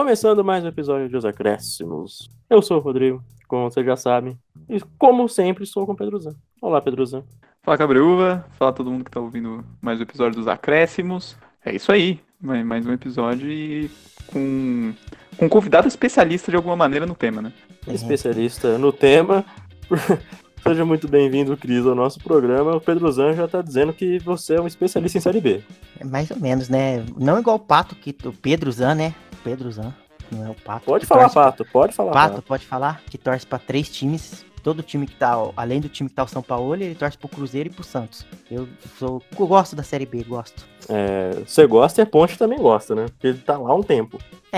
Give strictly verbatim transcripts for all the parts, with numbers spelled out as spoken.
Começando mais um episódio de Os Acréscimos. Eu sou o Rodrigo, como vocês já sabem, e como sempre estou com o Pedrozão. Olá, Pedrozão. Fala, Cabreúva. Fala todo mundo que tá ouvindo mais um episódio dos Acréscimos. É isso aí, mais mais um episódio e com, com um convidado especialista de alguma maneira no tema, né? Especialista no tema. Seja muito bem-vindo, Cris, ao nosso programa. O Pedrozão já tá dizendo que você é um especialista em Série B. É mais ou menos, né? Não igual o Pato, que o Pedro Zan, né? O Pedro Zan, não é o Pato. Pode que falar, torce pra- Pato, pode falar, Pato, Pato. pode falar, que torce pra três times. Todo time que tá, além do time que tá o São Paulo, ele torce pro Cruzeiro e pro Santos. Eu sou, eu gosto da Série B, gosto. É, você gosta e a Ponte também gosta, né? Porque ele tá lá há um tempo.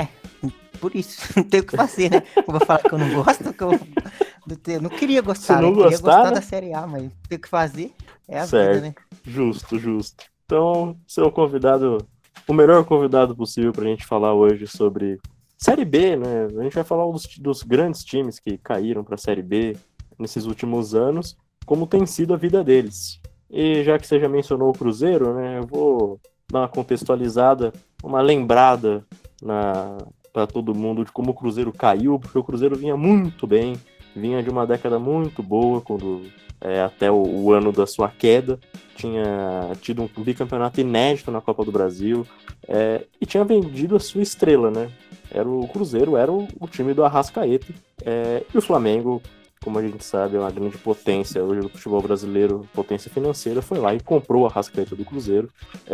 Por isso, não tem o que fazer, né? Eu vou falar que eu não gosto, que eu, eu não queria gostar, Se não né? Eu queria gostar, gostar né? da Série A, mas tem o que fazer, é a Certo. vida, né? Justo, justo. Então, seu convidado, o melhor convidado possível pra gente falar hoje sobre Série B, né? A gente vai falar dos, dos grandes times que caíram pra Série B nesses últimos anos, como tem sido a vida deles. E já que você já mencionou o Cruzeiro, né? Eu vou dar uma contextualizada, uma lembrada na para todo mundo de como o Cruzeiro caiu, porque o Cruzeiro vinha muito bem, vinha de uma década muito boa, quando é, até o, o ano da sua queda, tinha tido um bicampeonato inédito na Copa do Brasil, é, e tinha vendido a sua estrela, né? Era o Cruzeiro, era o, o time do Arrascaeta, é, e o Flamengo, como a gente sabe, é uma grande potência hoje do futebol brasileiro, potência financeira, foi lá e comprou o Arrascaeta do Cruzeiro,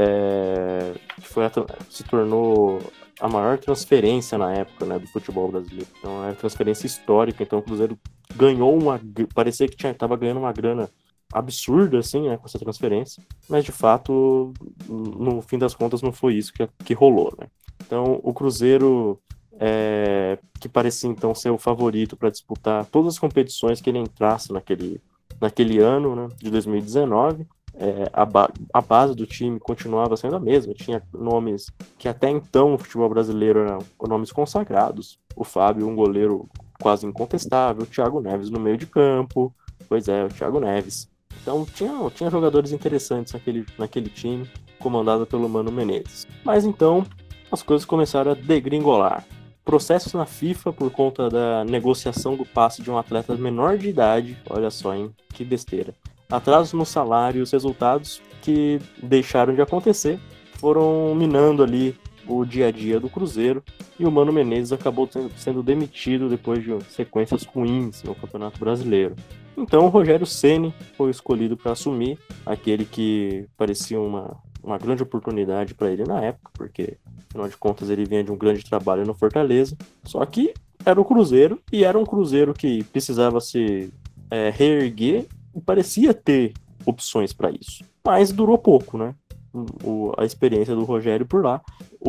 é, que foi a, se tornou a maior transferência na época, né, do futebol brasileiro. Então, é uma transferência histórica. Então, o Cruzeiro ganhou uma... Parecia que estava ganhando uma grana absurda, assim, né, com essa transferência. Mas, de fato, no fim das contas, não foi isso que, que rolou, né. Então, o Cruzeiro, é, que parecia, então, ser o favorito para disputar todas as competições que ele entrasse naquele, naquele ano, né, de dois mil e dezenove, é, a, ba- a base do time continuava sendo a mesma, tinha nomes que até então o futebol brasileiro eram nomes consagrados. O Fábio, um goleiro quase incontestável, o Thiago Neves no meio de campo, pois é, o Thiago Neves. Então tinha, tinha jogadores interessantes naquele, naquele time, comandado pelo Mano Menezes. Mas então as coisas começaram a degringolar. Processos na FIFA por conta da negociação do passe de um atleta menor de idade, olha só, hein, que besteira. Atrasos no salário e os resultados que deixaram de acontecer foram minando ali o dia a dia do Cruzeiro, e o Mano Menezes acabou sendo demitido depois de sequências ruins no Campeonato Brasileiro. Então o Rogério Ceni foi escolhido para assumir, aquele que parecia uma, uma grande oportunidade para ele na época, porque afinal de contas ele vinha de um grande trabalho no Fortaleza, só que era o Cruzeiro, e era um Cruzeiro que precisava se é, reerguer e parecia ter opções para isso. Mas durou pouco, né? O, a experiência do Rogério por lá.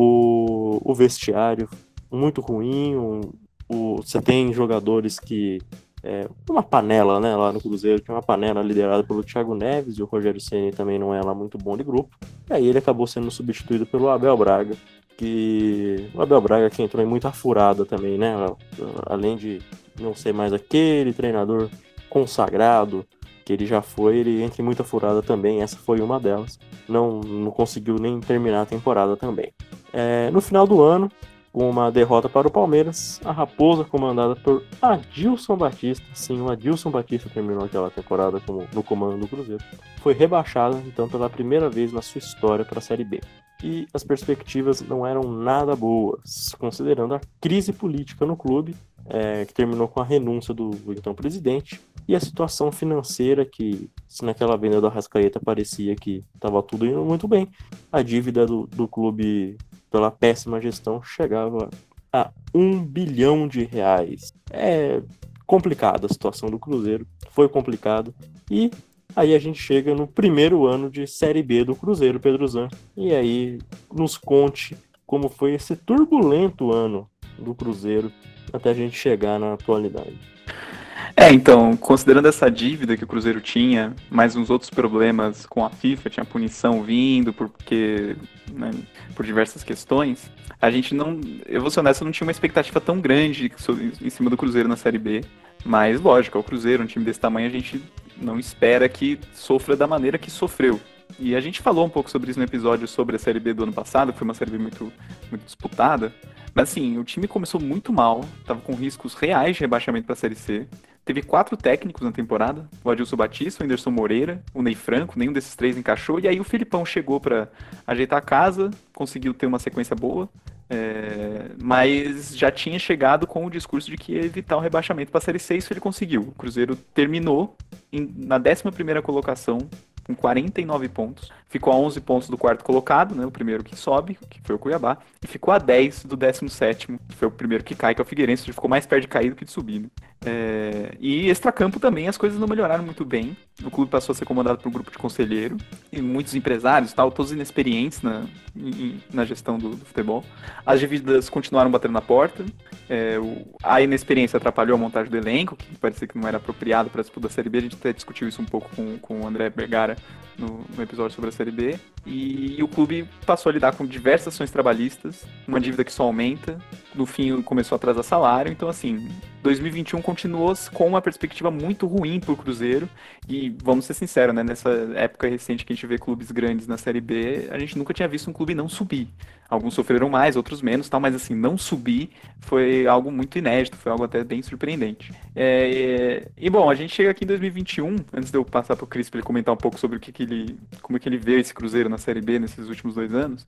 O, o vestiário muito ruim. O, o, você tem jogadores que... É, uma panela, né? Lá no Cruzeiro tinha uma panela liderada pelo Thiago Neves, e o Rogério Ceni também não é lá muito bom de grupo. E aí ele acabou sendo substituído pelo Abel Braga, que... O Abel Braga que entrou em muita furada também, né? Além de não ser mais aquele treinador consagrado que ele já foi, ele entra em muita furada também, essa foi uma delas. Não, não conseguiu nem terminar a temporada também. É, no final do ano, com uma derrota para o Palmeiras, a Raposa, comandada por Adilson Batista, sim, o Adilson Batista terminou aquela temporada como, no comando do Cruzeiro, foi rebaixada, então, pela primeira vez na sua história para a Série B. E as perspectivas não eram nada boas, considerando a crise política no clube, é, que terminou com a renúncia do, do então presidente, e a situação financeira que, se naquela venda do Arrascaeta parecia que estava tudo indo muito bem, a dívida do, do clube, pela péssima gestão, chegava a um bilhão de reais. É complicada a situação do Cruzeiro, foi complicado, e aí a gente chega no primeiro ano de Série B do Cruzeiro, Pedrozão, e aí nos conte como foi esse turbulento ano do Cruzeiro até a gente chegar na atualidade. É, então, considerando essa dívida que o Cruzeiro tinha, mais uns outros problemas com a FIFA, tinha punição vindo, porque, né, por diversas questões, a gente não, eu vou ser honesto, não tinha uma expectativa tão grande em cima do Cruzeiro na Série B, mas lógico, é o Cruzeiro, um time desse tamanho, a gente não espera que sofra da maneira que sofreu. E a gente falou um pouco sobre isso no episódio sobre a Série B do ano passado, que foi uma Série B muito, muito disputada, Mas assim, o time começou muito mal, tava com riscos reais de rebaixamento pra Série C. Teve quatro técnicos na temporada, o Adilson Batista, o Anderson Moreira, o Ney Franco, nenhum desses três encaixou, e aí o Filipão chegou pra ajeitar a casa, conseguiu ter uma sequência boa, é, mas já tinha chegado com o discurso de que ia evitar o rebaixamento pra Série C, isso ele conseguiu. O Cruzeiro terminou em- na décima primeira colocação, com quarenta e nove pontos. Ficou a onze pontos do quarto colocado, né, o primeiro que sobe, que foi o Cuiabá, e ficou a dez do décimo sétimo, que foi o primeiro que cai, que é o Figueirense, que ficou mais perto de cair do que de subir, né? É, e extracampo também as coisas não melhoraram muito bem. O clube passou a ser comandado por um grupo de conselheiro e muitos empresários, tal, todos inexperientes na, em- na gestão do, do futebol. As dívidas continuaram batendo na porta. É, o- a inexperiência atrapalhou a montagem do elenco, que parecia que não era apropriado para a disputa da Série B. A gente até discutiu isso um pouco com, com o André Bergara no, no episódio sobre a Série B. E, e o clube passou a lidar com diversas ações trabalhistas, uma dívida que só aumenta. No fim, começou a atrasar salário. Então, assim, dois mil e vinte e um continuou com uma perspectiva muito ruim para o Cruzeiro. E vamos ser sinceros, né? Nessa época recente que a gente vê clubes grandes na Série B, a gente nunca tinha visto um clube não subir. Alguns sofreram mais, outros menos, tal, mas assim, não subir foi algo muito inédito, foi algo até bem surpreendente. É, e bom, a gente chega aqui em dois mil e vinte e um, antes de eu passar para o Cris para ele comentar um pouco sobre o que, que ele, como é que ele vê esse Cruzeiro na Série B nesses últimos dois anos.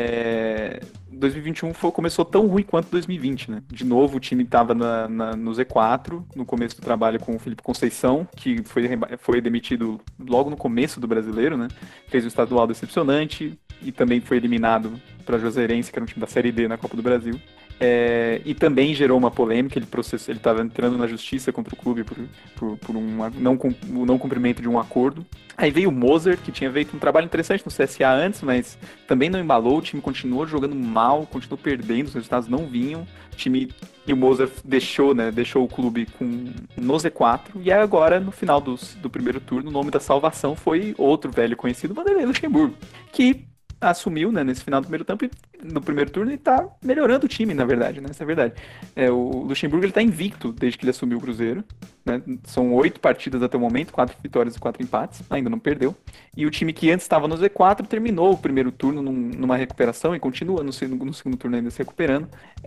É, dois mil e vinte e um foi, começou tão ruim quanto dois mil e vinte, né? De novo, o time estava na, na, no Z quatro, no começo do trabalho com o Felipe Conceição, que foi, foi demitido logo no começo do Brasileiro, né? Fez um estadual decepcionante e também foi eliminado para a Juazeirense, que era um time da Série D na Copa do Brasil. É, e também gerou uma polêmica, ele processou, ele estava entrando na justiça contra o clube por, por, por um não, um não cumprimento de um acordo. Aí veio o Moser, que tinha feito um trabalho interessante no C S A antes, mas também não embalou, o time continuou jogando mal, continuou perdendo, os resultados não vinham. O time e o Moser deixou, né, deixou o clube com, no Z quatro, e agora, no final dos, do primeiro turno, o nome da salvação foi outro velho conhecido, Vanderlei Luxemburgo, que assumiu, né, nesse final do primeiro tempo, no primeiro turno, e tá melhorando o time, na verdade, né, essa é a verdade. É, o Luxemburgo, ele tá invicto desde que ele assumiu o Cruzeiro, né, são oito partidas até o momento, quatro vitórias e quatro empates, ainda não perdeu, e o time que antes estava no Z quatro terminou o primeiro turno num, numa recuperação e continua no segundo, no segundo turno ainda se recuperando,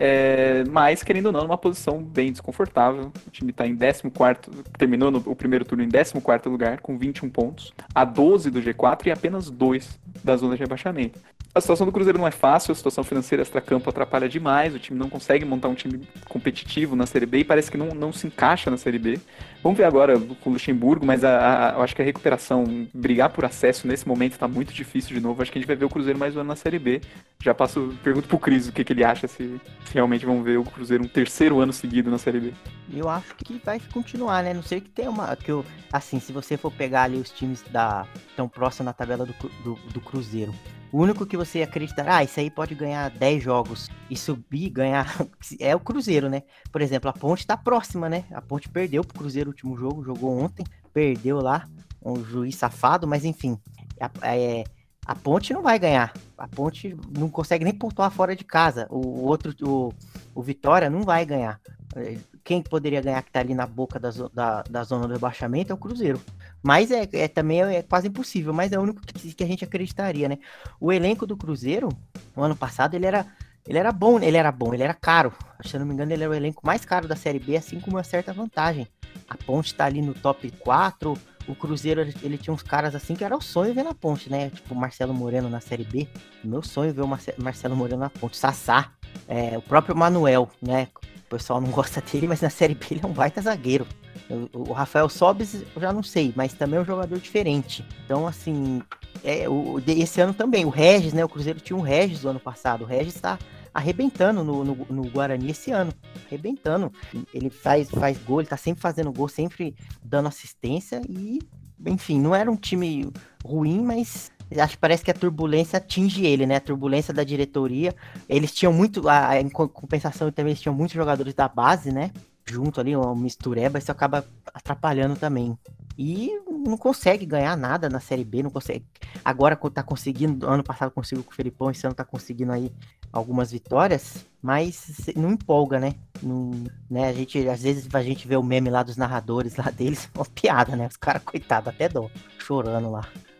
é, mas, querendo ou não, numa posição bem desconfortável. O time tá em décimo quarto, terminou no, o primeiro turno em décimo quarto lugar, com vinte e um pontos, a doze do G quatro e apenas dois da zona de rebaixamento. A situação do Cruzeiro não é fácil, a situação financeira extra-campo atrapalha demais, o time não consegue montar um time competitivo na Série B e parece que não, não se encaixa na Série B. Vamos ver agora com o Luxemburgo, mas a, a, eu acho que a recuperação, brigar por acesso nesse momento está muito difícil de novo. Acho que a gente vai ver o Cruzeiro mais um ano na Série B. Já passo, pergunto pro Cris o que, que ele acha, se, se realmente vão ver o Cruzeiro um terceiro ano seguido na Série B. Eu acho que vai continuar, né? Não sei que tem uma. Que eu, assim, se você for pegar ali os times da tão próximos na tabela do, do, do Cruzeiro, o único que você acreditar, ah, isso aí pode ganhar dez jogos e subir, ganhar, é o Cruzeiro, né? Por exemplo, a Ponte tá próxima, né? A Ponte perdeu pro Cruzeiro o último jogo, jogou ontem, perdeu lá, um juiz safado, mas enfim, a, é, a Ponte não vai ganhar. A Ponte não consegue nem pontuar fora de casa. O, o outro, o, o Vitória não vai ganhar. Quem poderia ganhar que tá ali na boca da, da, da zona do rebaixamento é o Cruzeiro. Mas é, é também é quase impossível, mas é o único que, que a gente acreditaria, né? O elenco do Cruzeiro, no ano passado, ele era, ele era bom, ele era bom, ele era caro. Se eu não me engano, ele era o elenco mais caro da Série B, assim com uma certa vantagem. A Ponte tá ali no top quatro, o Cruzeiro, ele tinha uns caras assim que era o sonho ver na Ponte, né? Tipo o Marcelo Moreno na Série B. Meu sonho ver o Marcelo Moreno na Ponte. Sassá, é, o próprio Manuel, né? O pessoal não gosta dele, mas na Série B ele é um baita zagueiro. O, o Rafael Sobis eu já não sei, mas também é um jogador diferente. Então, assim, é, o, esse ano também, o Regis, né? O Cruzeiro tinha um Regis do ano passado. O Regis tá arrebentando no, no, no Guarani esse ano. Arrebentando. Ele faz, faz gol, ele tá sempre fazendo gol, sempre dando assistência e, enfim, não era um time ruim, mas acho que parece que a turbulência atinge ele, né? A turbulência da diretoria. Eles tinham muito, a, em compensação também, eles tinham muitos jogadores da base, né? Junto ali, uma mistureba, isso acaba atrapalhando também. E não consegue ganhar nada na Série B, não consegue. Agora tá conseguindo, ano passado conseguiu com o Felipão, esse ano tá conseguindo aí algumas vitórias, mas não empolga, né? Não, né? A gente, às vezes a gente vê o meme lá dos narradores lá deles, uma piada, né? Os caras, coitados, até dó, chorando lá.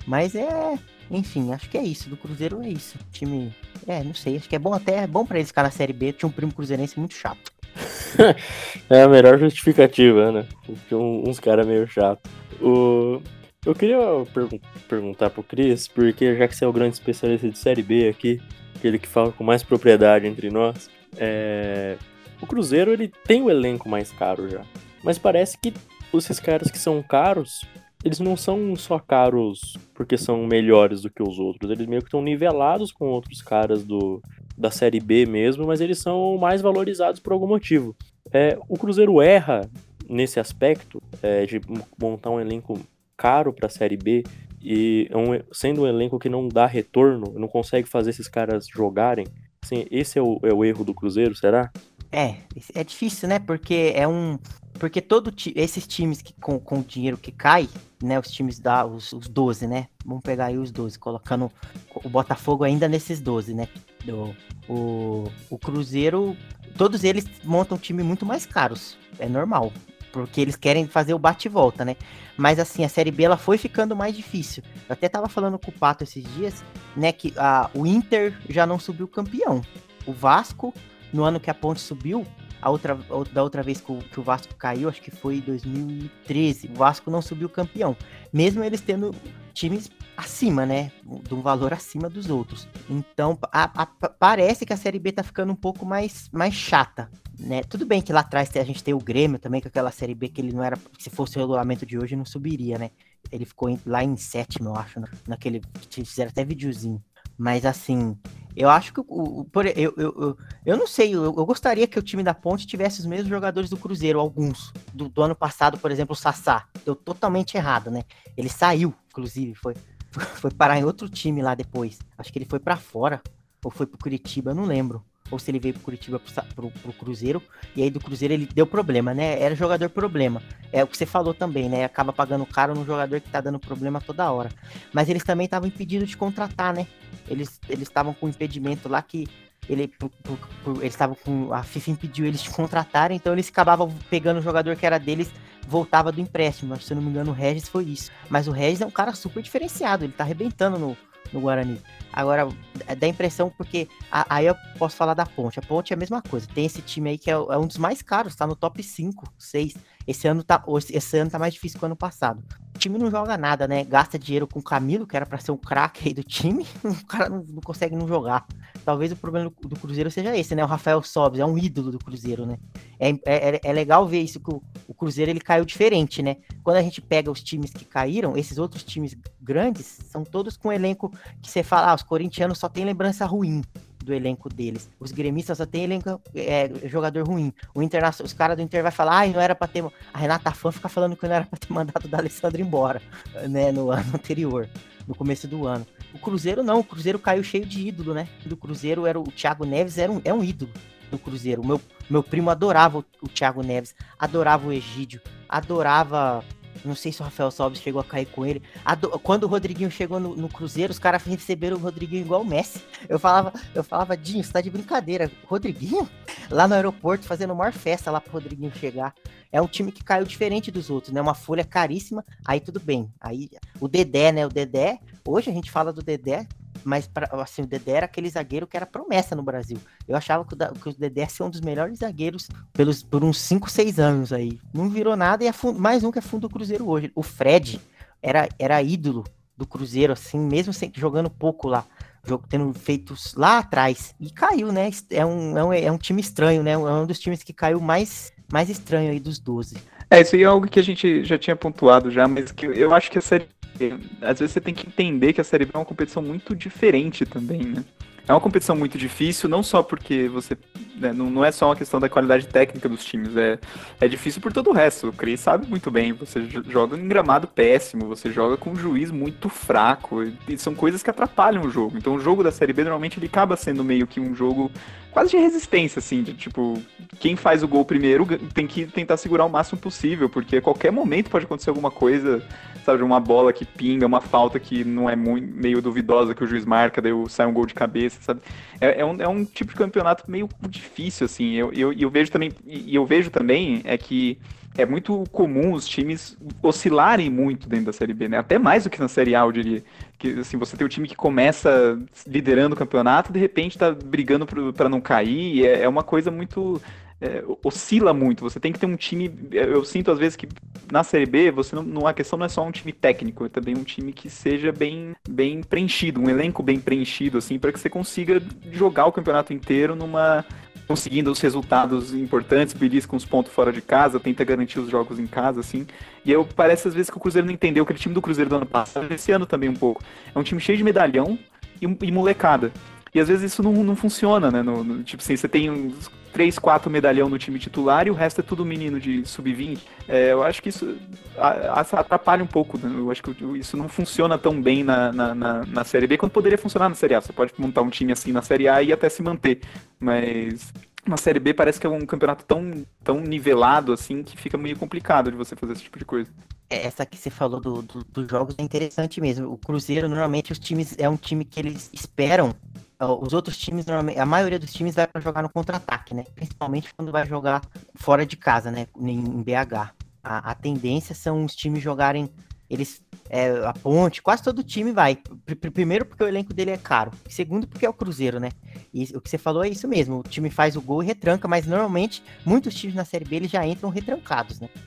Mas é, enfim, acho que é isso. Do Cruzeiro é isso. O time, é, não sei, acho que é bom até, é bom pra eles ficar na Série B. Tinha um primo cruzeirense muito chato. É a melhor justificativa, né? Tinha um- uns caras meio chato. O... Eu queria pergun- perguntar pro Cris, porque já que você é o grande especialista de Série B aqui, aquele que fala com mais propriedade entre nós, é... o Cruzeiro ele tem o elenco mais caro já. Mas parece que esses caras que são caros, eles não são só caros porque são melhores do que os outros. Eles meio que estão nivelados com outros caras do, da Série B mesmo, mas eles são mais valorizados por algum motivo. É, o Cruzeiro erra nesse aspecto é, de montar um elenco caro para a Série B e é um, sendo um elenco que não dá retorno, não consegue fazer esses caras jogarem. Assim, esse é o, é o erro do Cruzeiro, será? É, é difícil, né? Porque é um. Porque todo ti- esses times que com, com o dinheiro que cai, né? Os times da. Os, os doze, né? Vamos pegar aí os doze, colocando o Botafogo ainda nesses doze, né? O, o, o Cruzeiro. Todos eles montam um time muito mais caros. É normal. Porque eles querem fazer o bate e volta, né? Mas assim, a Série B ela foi ficando mais difícil. Eu até tava falando com o Pato esses dias, né? Que a, o Inter já não subiu campeão. O Vasco, no ano que a Ponte subiu, a outra, da outra vez que o, que o Vasco caiu, acho que foi em dois mil e treze, o Vasco não subiu campeão. Mesmo eles tendo times acima, né? De um valor acima dos outros. Então, a, a, parece que a Série B tá ficando um pouco mais, mais chata, né? Tudo bem que lá atrás a gente tem o Grêmio também, com aquela Série B que ele não era, se fosse o regulamento de hoje, não subiria, né? Ele ficou em, lá em sétimo, eu acho, naquele, fizeram até videozinho. Mas assim, eu acho que o, o por, eu, eu, eu, eu não sei, eu, eu gostaria que o time da Ponte tivesse os mesmos jogadores do Cruzeiro, alguns. Do, do ano passado, por exemplo, o Sassá. Deu totalmente errado, né? Ele saiu, inclusive, foi, foi parar em outro time lá depois. Acho que ele foi pra fora, ou foi pro Curitiba, eu não lembro. Ou se ele veio pro Curitiba pro, pro, pro Cruzeiro, e aí do Cruzeiro ele deu problema, né? Era jogador problema. É o que você falou também, né? Acaba pagando caro num jogador que tá dando problema toda hora. Mas eles também estavam impedidos de contratar, né? Eles estavam com um impedimento lá que ele, por, por, por, eles estavam com. A FIFA impediu eles de contratarem, então eles acabavam pegando o jogador que era deles, voltava do empréstimo. Se eu não me engano, o Regis foi isso. Mas o Regis é um cara super diferenciado, ele tá arrebentando no, no Guarani. Agora, dá impressão porque a, aí eu posso falar da Ponte. A Ponte é a mesma coisa. Tem esse time aí que é, é um dos mais caros, tá no top cinco, seis. Esse ano tá, esse ano tá mais difícil que o ano passado. O time não joga nada, né? Gasta dinheiro com o Camilo, que era pra ser um craque aí do time. O cara não, não consegue não jogar. Talvez o problema do, do Cruzeiro seja esse, né? O Rafael Sobis é um ídolo do Cruzeiro, né? É, é, é legal ver isso, que o, o Cruzeiro ele caiu diferente, né? Quando a gente pega os times que caíram, esses outros times grandes são todos com elenco que você fala, ah, os corintianos só tem lembrança ruim do elenco deles. Os gremistas só tem elenco, é, jogador ruim. O Internacional, os caras do Inter vai falar, ai, ah, não era pra ter... A Renata Fã fica falando que não era pra ter mandado o D'Alessandro embora, né, no ano anterior, no começo do ano. O Cruzeiro não, o Cruzeiro caiu cheio de ídolo, né? Do Cruzeiro era o Thiago Neves, era um, é um ídolo do Cruzeiro. O meu, meu primo adorava o, o Thiago Neves, adorava o Egídio, adorava... Não sei se o Rafael Sobis chegou a cair com ele. Ado- Quando o Rodriguinho chegou no, no Cruzeiro, os caras receberam o Rodriguinho igual o Messi. Eu falava, eu falava, Dinho, você tá de brincadeira. Rodriguinho? Lá no aeroporto, fazendo a maior festa lá pro Rodriguinho chegar. É um time que caiu diferente dos outros, né? Uma folha caríssima, aí tudo bem. Aí o Dedé, né? O Dedé, hoje a gente fala do Dedé, mas pra, assim, o Dedé era aquele zagueiro que era promessa no Brasil. Eu achava que o, que o Dedé ia ser um dos melhores zagueiros pelos, por uns cinco, seis anos aí. Não virou nada e é fundo, mais um que é fundo do Cruzeiro hoje. O Fred era, era ídolo do Cruzeiro, assim, mesmo sem, jogando pouco lá. Jogo tendo feitos lá atrás. E caiu, né? É um, é um, é um time estranho, né? É um dos times que caiu mais, mais estranho aí dos doze. É, isso aí é algo que a gente já tinha pontuado já, mas que eu acho que a série... Às vezes você tem que entender que a Série B é uma competição muito diferente também, né? É uma competição muito difícil, não só porque você... Né, não, não é só uma questão da qualidade técnica dos times, é, é difícil por todo o resto. O Cris sabe muito bem, você joga em gramado péssimo, você joga com um juiz muito fraco, e são coisas que atrapalham o jogo. Então o jogo da Série B normalmente ele acaba sendo meio que um jogo quase de resistência, assim, de tipo, quem faz o gol primeiro tem que tentar segurar o máximo possível, porque a qualquer momento pode acontecer alguma coisa, sabe, uma bola que pinga, uma falta que não é muito, meio duvidosa que o juiz marca, daí sai um gol de cabeça, sabe? É, é, um, é um tipo de campeonato meio difícil, assim, eu, eu, eu vejo também, e eu vejo também é que é muito comum os times oscilarem muito dentro da Série B, né? Até mais do que na Série A, eu diria. Que, assim, você tem o time que começa liderando o campeonato, de repente tá brigando para não cair, é, é uma coisa muito... É, oscila muito, você tem que ter um time, eu sinto às vezes que na Série B, você não, não, a questão não é só um time técnico, é também um time que seja bem, bem preenchido, um elenco bem preenchido, assim, para que você consiga jogar o campeonato inteiro numa... conseguindo os resultados importantes, belisca uns pontos fora de casa, tenta garantir os jogos em casa, assim. E eu parece às vezes que o Cruzeiro não entendeu aquele time do Cruzeiro do ano passado, esse ano também um pouco. É um time cheio de medalhão e, e molecada. E às vezes isso não, não funciona, né? No, no, tipo assim, você tem uns três, quatro medalhão no time titular e o resto é tudo menino de sub vinte. É, eu acho que isso atrapalha um pouco, né? Eu acho que isso não funciona tão bem na, na, na, na Série B quanto poderia funcionar na Série A. Você pode montar um time assim na Série A e até se manter, mas na Série B parece que é um campeonato tão, tão nivelado assim que fica meio complicado de você fazer esse tipo de coisa. Essa que você falou do, do, dos jogos é interessante mesmo. O Cruzeiro, normalmente, os times é um time que eles esperam. Os outros times, normalmente, a maioria dos times vai para jogar no contra-ataque, né? Principalmente quando vai jogar fora de casa, né? Em B H. A, a tendência são os times jogarem. Eles. É, a Ponte, quase todo time vai. Primeiro porque o elenco dele é caro. Segundo porque é o Cruzeiro, né? E o que você falou é isso mesmo. O time faz o gol e retranca, mas normalmente muitos times na Série B eles já entram retrancados, né?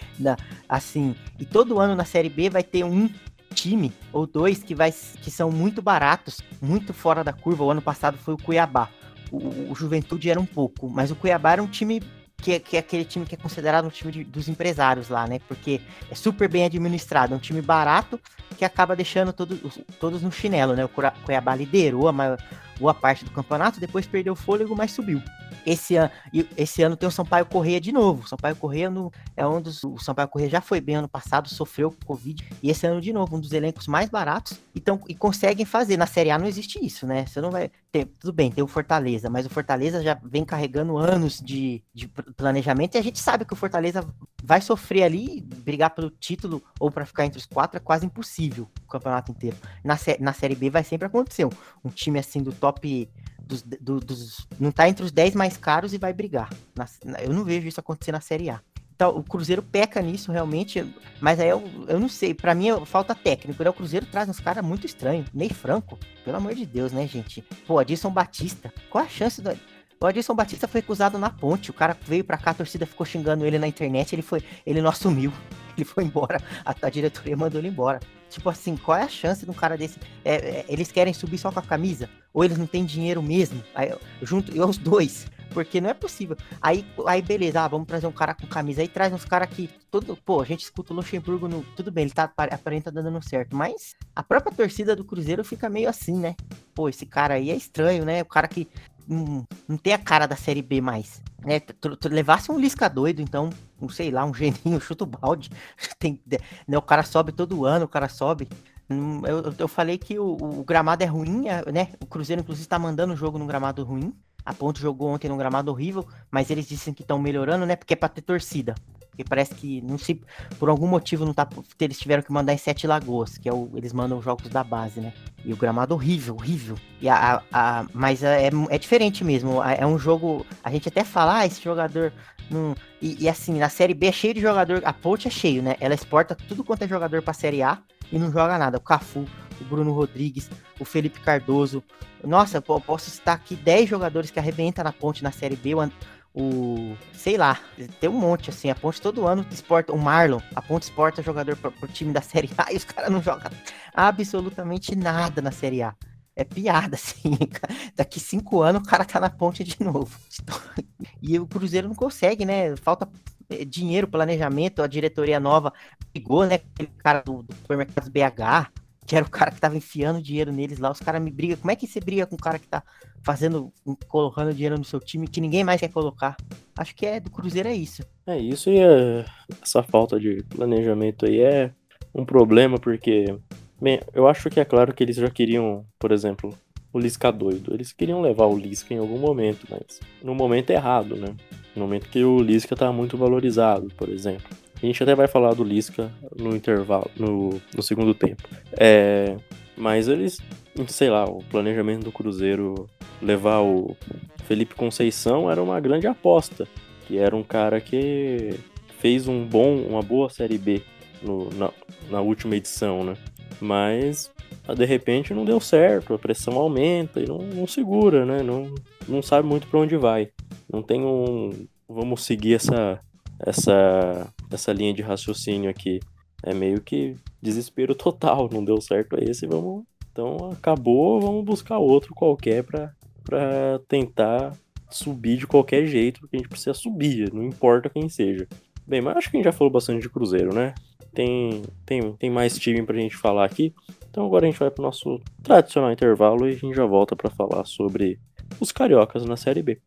Assim, e todo ano na Série B vai ter um time ou dois que, vai, que são muito baratos, muito fora da curva. O ano passado foi o Cuiabá. O, o Juventude era um pouco, mas o Cuiabá era um time que, que é aquele time que é considerado um time de, dos empresários lá, né? Porque é super bem administrado, é um time barato que acaba deixando todos, todos no chinelo, né? O Cuiabá liderou a maior, boa parte do campeonato, depois perdeu o fôlego, mas subiu. Esse ano, esse ano tem o Sampaio Corrêa de novo. O Sampaio Corrêa no, é um dos. O Sampaio Corrêa já foi bem ano passado, sofreu com Covid. E esse ano, de novo, um dos elencos mais baratos. Então, e conseguem fazer. Na Série A não existe isso, né? Você não vai. Ter, tudo bem, tem o Fortaleza, mas o Fortaleza já vem carregando anos de, de planejamento. E a gente sabe que o Fortaleza vai sofrer ali, brigar pelo título ou para ficar entre os quatro é quase impossível o campeonato inteiro. Na, na Série B vai sempre acontecer. Um, um time assim do top. Dos, do, dos, não tá entre os dez mais caros e vai brigar. Na, eu não vejo isso acontecer na Série A. Então, o Cruzeiro peca nisso realmente, mas aí eu, eu não sei, pra mim falta técnico, né? O Cruzeiro traz uns caras muito estranhos. Ney Franco, pelo amor de Deus, né, gente? Pô, Adilson Batista, qual a chance do... O Adilson Batista foi recusado na Ponte, o cara veio pra cá, a torcida ficou xingando ele na internet, ele foi, ele não assumiu, ele foi embora, a, a diretoria mandou ele embora. Tipo assim, qual é a chance de um cara desse? É, é, eles querem subir só com a camisa? Ou eles não têm dinheiro mesmo? Aí, junto, eu os dois, porque não é possível. Aí, aí beleza, ah, vamos trazer um cara com camisa, aí traz uns caras que, todo, pô, a gente escuta o Luxemburgo, no, tudo bem, ele tá, aparenta dando certo, mas a própria torcida do Cruzeiro fica meio assim, né? Pô, esse cara aí é estranho, né? O cara que Não, não tem a cara da Série B mais, né? Tu, tu levasse um Lisca doido, então, não sei lá, um geninho, chuta o balde, tem, né? O cara sobe todo ano, o cara sobe. Eu, eu falei que o, o gramado é ruim, né? O Cruzeiro, inclusive, tá mandando o jogo num gramado ruim. A Ponte jogou ontem num gramado horrível, mas eles dizem que estão melhorando, né? Porque é pra ter torcida. Porque parece que, não sei, por algum motivo não tá. Eles tiveram que mandar em Sete Lagoas, que é o. Eles mandam os jogos da base, né? E o gramado horrível, horrível. E a, a, a, mas é, é diferente mesmo. É um jogo. A gente até fala, ah, esse jogador. Não... E, e assim, na Série B é cheio de jogador. A Ponte é cheio, né? Ela exporta tudo quanto é jogador pra Série A e não joga nada. O Cafu, o Bruno Rodrigues, o Felipe Cardoso. Nossa, eu posso citar aqui dez jogadores que arrebentam na Ponte na Série B. O, o sei lá, tem um monte, assim. A Ponte todo ano exporta. O Marlon, a Ponte exporta jogador pro, pro time da Série A e os caras não jogam absolutamente nada na Série A. É piada, assim. Daqui cinco anos o cara tá na Ponte de novo. E o Cruzeiro não consegue, né? Falta dinheiro, planejamento. A diretoria nova pegou, né? Aquele cara do, do supermercado B H, que era o cara que tava enfiando dinheiro neles lá. Os caras me brigam. Como é que você briga com um cara que tá fazendo, colocando dinheiro no seu time que ninguém mais quer colocar? Acho que é do Cruzeiro é isso. É isso, e é, essa falta de planejamento aí é um problema, porque, bem, eu acho que é claro que eles já queriam, por exemplo, o Lisca doido. Eles queriam levar o Lisca em algum momento, mas no momento errado, né? No momento que o Lisca tá muito valorizado, por exemplo. A gente até vai falar do Lisca no intervalo, no, no segundo tempo. É, mas eles, sei lá, o planejamento do Cruzeiro levar o Felipe Conceição era uma grande aposta. Que era um cara que fez um bom, uma boa Série B no, na, na última edição, né? Mas de repente não deu certo, a pressão aumenta e não, não segura, né? Não, não sabe muito para onde vai. Não tem um... Vamos seguir essa, essa, essa linha de raciocínio aqui. É meio que desespero total, não deu certo esse, vamos... Então acabou, vamos buscar outro qualquer para para tentar subir de qualquer jeito, porque a gente precisa subir, não importa quem seja. Bem, mas acho que a gente já falou bastante de Cruzeiro, né? Tem, tem, tem mais time pra gente falar aqui. Então agora a gente vai pro nosso tradicional intervalo e a gente já volta para falar sobre os cariocas na Série B.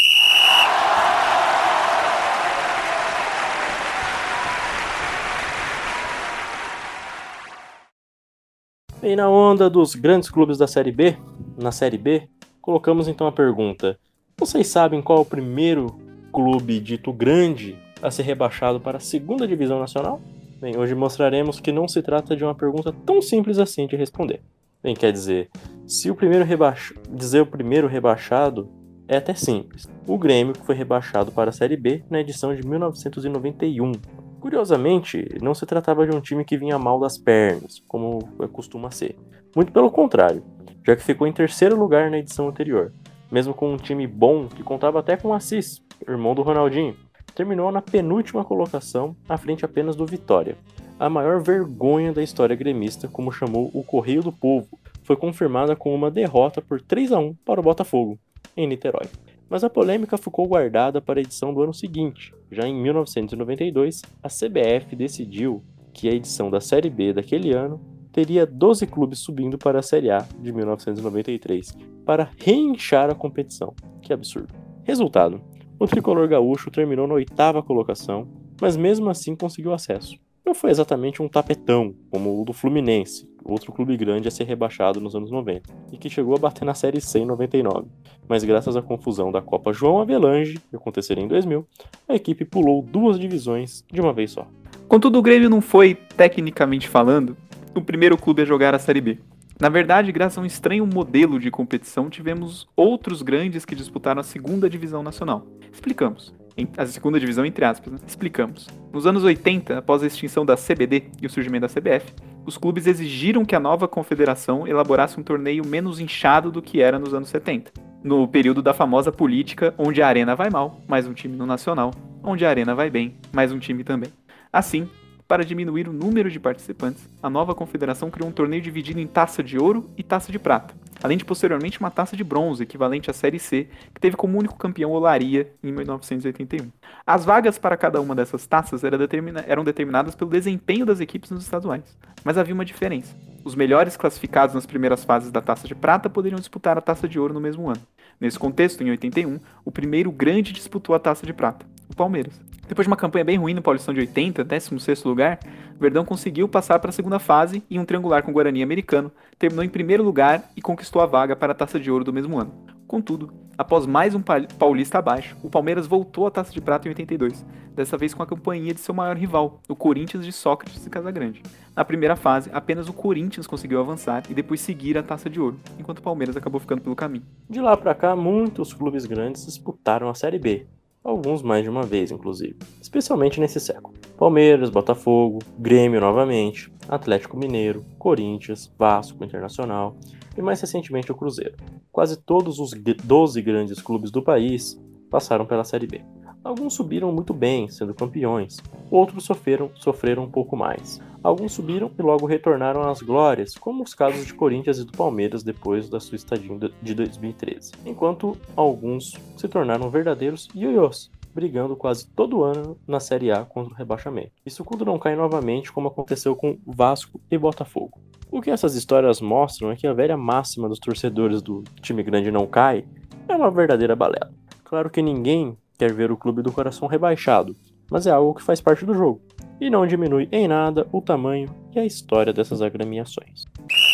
Bem, na onda dos grandes clubes da Série B, na Série B, colocamos então a pergunta: vocês sabem qual é o primeiro clube dito grande a ser rebaixado para a segunda divisão nacional? Bem, hoje mostraremos que não se trata de uma pergunta tão simples assim de responder. Bem, quer dizer, se o primeiro rebaix... dizer o primeiro rebaixado é até simples. O Grêmio foi rebaixado para a Série B na edição de mil novecentos e noventa e um. Curiosamente, não se tratava de um time que vinha mal das pernas, como costuma ser. Muito pelo contrário, já que ficou em terceiro lugar na edição anterior. Mesmo com um time bom que contava até com o Assis, irmão do Ronaldinho. Terminou na penúltima colocação, à frente apenas do Vitória. A maior vergonha da história gremista, como chamou o Correio do Povo, foi confirmada com uma derrota por três a um para o Botafogo, em Niterói. Mas a polêmica ficou guardada para a edição do ano seguinte. Já em mil novecentos e noventa e dois, a C B F decidiu que a edição da Série B daquele ano teria doze clubes subindo para a Série A de mil novecentos e noventa e três, para reinchar a competição. Que absurdo. Resultado: o tricolor gaúcho terminou na oitava colocação, mas mesmo assim conseguiu acesso. Não foi exatamente um tapetão, como o do Fluminense, outro clube grande a ser rebaixado nos anos noventa, e que chegou a bater na Série C em noventa e nove. Mas graças à confusão da Copa João Avelange, que aconteceria em dois mil, a equipe pulou duas divisões de uma vez só. Contudo, o Grêmio não foi, tecnicamente falando, o primeiro clube a jogar a Série B. Na verdade, graças a um estranho modelo de competição, tivemos outros grandes que disputaram a segunda divisão nacional. Explicamos. A segunda divisão, entre aspas, né? Explicamos. Nos anos oitenta, após a extinção da C B D e o surgimento da C B F, os clubes exigiram que a nova confederação elaborasse um torneio menos inchado do que era nos anos setenta. No período da famosa política, onde a arena vai mal, mais um time no nacional, onde a arena vai bem, mais um time também. Assim, para diminuir o número de participantes, a nova confederação criou um torneio dividido em taça de ouro e taça de prata, além de posteriormente uma taça de bronze, equivalente à Série C, que teve como único campeão o Olaria em mil novecentos e oitenta e um. As vagas para cada uma dessas taças eram, determina- eram determinadas pelo desempenho das equipes nos estaduais, mas havia uma diferença. Os melhores classificados nas primeiras fases da taça de prata poderiam disputar a taça de ouro no mesmo ano. Nesse contexto, em oitenta e um, o primeiro grande disputou a taça de prata, o Palmeiras. Depois de uma campanha bem ruim no Paulistão de oitenta, décimo sexto lugar, o Verdão conseguiu passar para a segunda fase e um triangular com o Guarani americano, terminou em primeiro lugar e conquistou a vaga para a Taça de Ouro do mesmo ano. Contudo, após mais um paulista abaixo, o Palmeiras voltou à Taça de Prata em oitenta e dois, dessa vez com a companhia de seu maior rival, o Corinthians de Sócrates e Casagrande. Na primeira fase, apenas o Corinthians conseguiu avançar e depois seguir a Taça de Ouro, enquanto o Palmeiras acabou ficando pelo caminho. De lá para cá, muitos clubes grandes disputaram a Série B. Alguns mais de uma vez, inclusive, especialmente nesse século. Palmeiras, Botafogo, Grêmio novamente, Atlético Mineiro, Corinthians, Vasco, Internacional e mais recentemente o Cruzeiro. Quase todos os doze grandes clubes do país passaram pela Série B. Alguns subiram muito bem, sendo campeões, outros sofreram, sofreram um pouco mais. Alguns subiram e logo retornaram às glórias, como os casos de Corinthians e do Palmeiras depois da sua estadia de dois mil e treze. Enquanto alguns se tornaram verdadeiros ioiôs, brigando quase todo ano na Série A contra o rebaixamento. Isso quando não cai novamente, como aconteceu com Vasco e Botafogo. O que essas histórias mostram é que a velha máxima dos torcedores do time grande não cai é uma verdadeira balela. Claro que ninguém quer ver o clube do coração rebaixado, mas é algo que faz parte do jogo, e não diminui em nada o tamanho e a história dessas agremiações.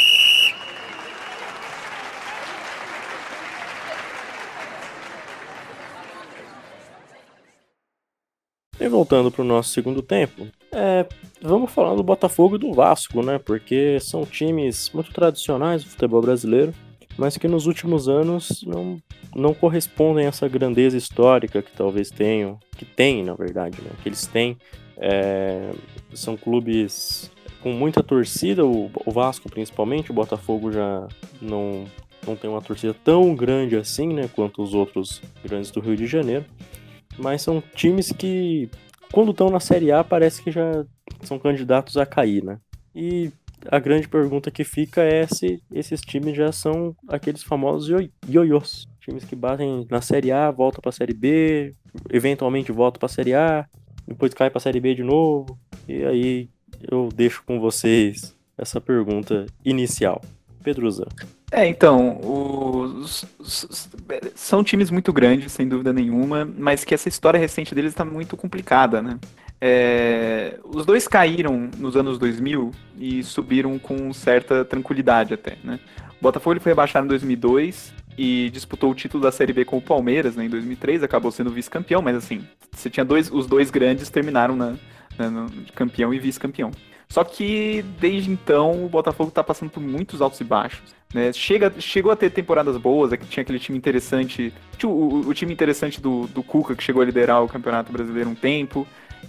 E voltando para o nosso segundo tempo, é, vamos falar do Botafogo e do Vasco, né? Porque são times muito tradicionais do futebol brasileiro mas que nos últimos anos não, não correspondem a essa grandeza histórica que talvez tenham, que tem, na verdade, né? Que eles têm. É, são clubes com muita torcida, o, o Vasco principalmente, o Botafogo já não, não tem uma torcida tão grande assim, né, quanto os outros grandes do Rio de Janeiro, mas são times que, quando estão na Série A, parece que já são candidatos a cair, né? E a grande pergunta que fica é se esses times já são aqueles famosos ioiôs, times que batem na Série A, voltam para a Série B, eventualmente voltam para a Série A, depois cai para a Série B de novo, e aí eu deixo com vocês essa pergunta inicial. Pedruzão. É, então, os, os, são times muito grandes, sem dúvida nenhuma, mas que essa história recente deles está muito complicada, né? É, os dois caíram nos anos dois mil e subiram com certa tranquilidade até, né? O Botafogo ele foi rebaixado em dois mil e dois e disputou o título da Série B com o Palmeiras, né, em dois mil e três, acabou sendo vice-campeão, mas assim, você tinha dois, os dois grandes terminaram na, na, no, campeão e vice-campeão. Só que desde então o Botafogo está passando por muitos altos e baixos, né? Chega, chegou a ter temporadas boas, é que tinha aquele time interessante, tinha o, o, o time interessante do, do Cuca, que chegou a liderar o Campeonato Brasileiro um tempo.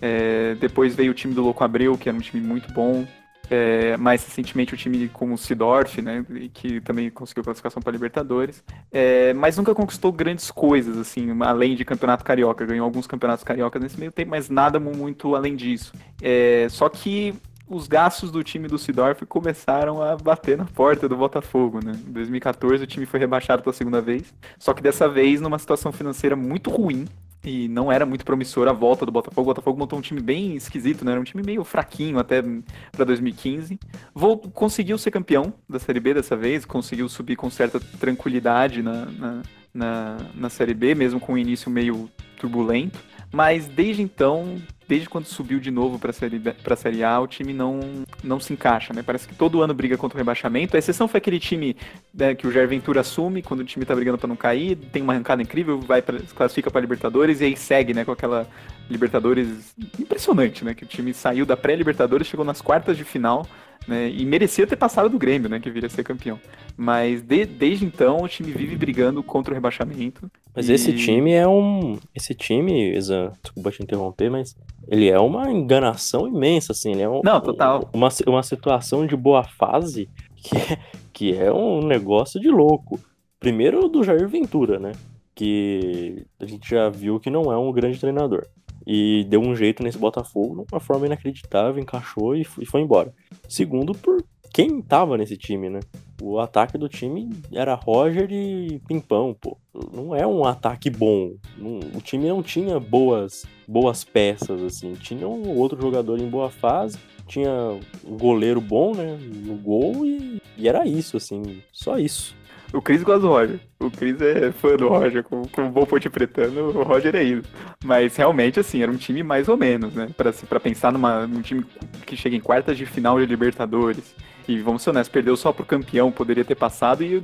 É, depois veio o time do Louco Abreu, que era um time muito bom. É, mais recentemente o time com o Seedorf, né, que também conseguiu classificação para Libertadores, é, mas nunca conquistou grandes coisas, assim, além de Campeonato Carioca. Ganhou alguns Campeonatos Cariocas nesse meio tempo, mas nada muito além disso. É, só que os gastos do time do Seedorf começaram a bater na porta do Botafogo, né? Em dois mil e quatorze o time foi rebaixado pela segunda vez, só que dessa vez numa situação financeira muito ruim, e não era muito promissora a volta do Botafogo. O Botafogo montou um time bem esquisito, né? Era um time meio fraquinho até para dois mil e quinze. Volt... Conseguiu ser campeão da Série B dessa vez, conseguiu subir com certa tranquilidade na, na, na, na Série B, mesmo com o início meio turbulento. Mas desde então, desde quando subiu de novo para a Série B, para a Série A, o time não, não se encaixa, né? Parece que todo ano briga contra o rebaixamento. A exceção foi aquele time, né, que o Jair Ventura assume quando o time tá brigando para não cair, tem uma arrancada incrível, vai pra, classifica para Libertadores e aí segue, né, com aquela Libertadores impressionante, né? Que o time saiu da pré-Libertadores, chegou nas quartas de final, né, e merecia ter passado do Grêmio, né, que viria a ser campeão. Mas de, desde então o time vive brigando contra o rebaixamento. Mas e... esse time é um... Esse time, Isa, desculpa te interromper, mas ele é uma enganação imensa, assim. Ele é um, Não, total. Uma, uma situação de boa fase que é, que é um negócio de louco. Primeiro do Jair Ventura, né? Que a gente já viu que não é um grande treinador. E deu um jeito nesse Botafogo de uma forma inacreditável, encaixou e foi embora. Segundo, por quem tava nesse time, né? O ataque do time era Roger e Pimpão, pô. Não é um ataque bom. Não, o time não tinha boas, boas peças, assim. Tinha um outro jogador em boa fase, tinha um goleiro bom, né? No gol e, e era isso, assim. Só isso. O Cris gosta do Roger. O Cris é fã do Roger, como, como bom ponte pretano, o Roger é isso. Mas realmente, assim, era um time mais ou menos, né? Pra, pra pensar numa, num time que chega em quartas de final de Libertadores. E vamos ser honestos, perdeu só pro campeão, poderia ter passado e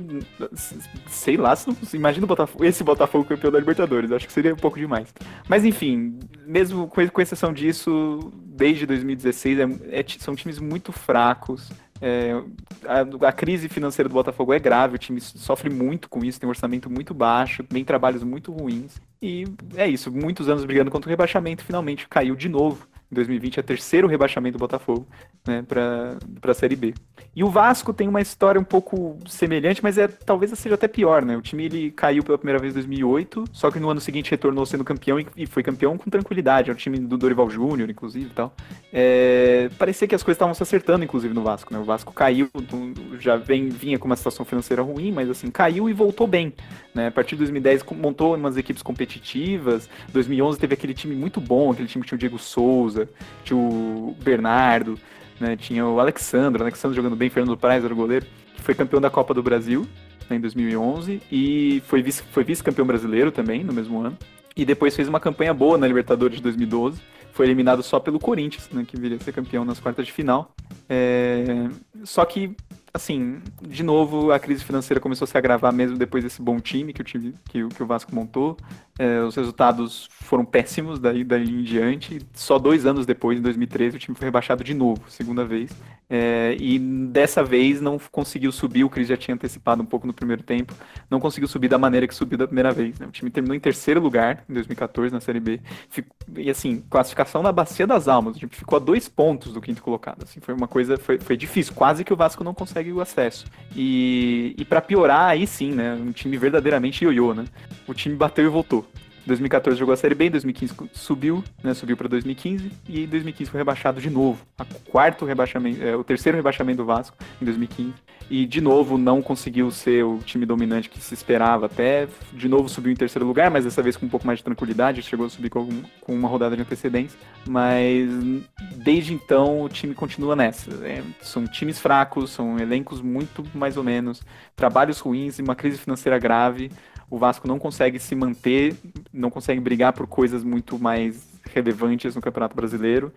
sei lá, se não, imagina o Botafogo, esse Botafogo campeão da Libertadores, acho que seria um pouco demais. Mas enfim, mesmo com, com exceção disso, desde dois mil e dezesseis é, é, são times muito fracos. É, a, a crise financeira do Botafogo é grave, o time sofre muito com isso, tem um orçamento muito baixo, tem trabalhos muito ruins. E é isso, muitos anos brigando contra o rebaixamento, finalmente caiu de novo. Em dois mil e vinte é o terceiro rebaixamento do Botafogo, né, para a Série B. E o Vasco tem uma história um pouco semelhante, mas é, talvez seja até pior, né? O time ele caiu pela primeira vez em dois mil e oito, só que no ano seguinte retornou sendo campeão e, e foi campeão com tranquilidade. É o time do Dorival Júnior, inclusive, e tal. É, parecia que as coisas estavam se acertando, inclusive, no Vasco, né? O Vasco caiu, já vem, vinha com uma situação financeira ruim, mas assim, caiu e voltou bem, né? A partir de dois mil e dez montou umas equipes competitivas, dois mil e onze teve aquele time muito bom, aquele time que tinha o Diego Souza, tinha o Bernardo, né, tinha o Alexandre, o Alexandre jogando bem, Fernando Praz era o goleiro, que foi campeão da Copa do Brasil, né, em dois mil e onze, e foi, vice, foi vice-campeão brasileiro também, no mesmo ano, e depois fez uma campanha boa na Libertadores de dois mil e doze, foi eliminado só pelo Corinthians, né, que viria a ser campeão nas quartas de final. É... Só que, assim, de novo, a crise financeira começou a se agravar mesmo depois desse bom time que o, time, que, que o Vasco montou. É, os resultados foram péssimos daí, daí em diante. Só dois anos depois, em dois mil e treze, o time foi rebaixado de novo, segunda vez. É, e dessa vez não conseguiu subir, o Cris já tinha antecipado um pouco no primeiro tempo, não conseguiu subir da maneira que subiu da primeira vez, né? O time terminou em terceiro lugar em dois mil e quatorze na Série B. Fico, e assim, classificação na Bacia das Almas, o time ficou a dois pontos do quinto colocado. Assim, foi uma coisa, foi, foi difícil, quase que o Vasco não consegue o acesso. E, e para piorar, aí sim, né? Um time verdadeiramente ioiô, né? O time bateu e voltou. Em dois mil e quatorze jogou a Série B, em dois mil e quinze subiu, né, subiu para dois mil e quinze, e em dois mil e quinze foi rebaixado de novo. A quarto rebaixamento, é, o terceiro rebaixamento do Vasco em dois mil e quinze. E de novo não conseguiu ser o time dominante que se esperava até. De novo subiu em terceiro lugar, mas dessa vez com um pouco mais de tranquilidade, chegou a subir com, algum, com uma rodada de antecedência. Mas desde então o time continua nessa. É, são times fracos, são elencos muito mais ou menos, trabalhos ruins e uma crise financeira grave. O Vasco não consegue se manter, não consegue brigar por coisas muito mais relevantes no Campeonato Brasileiro.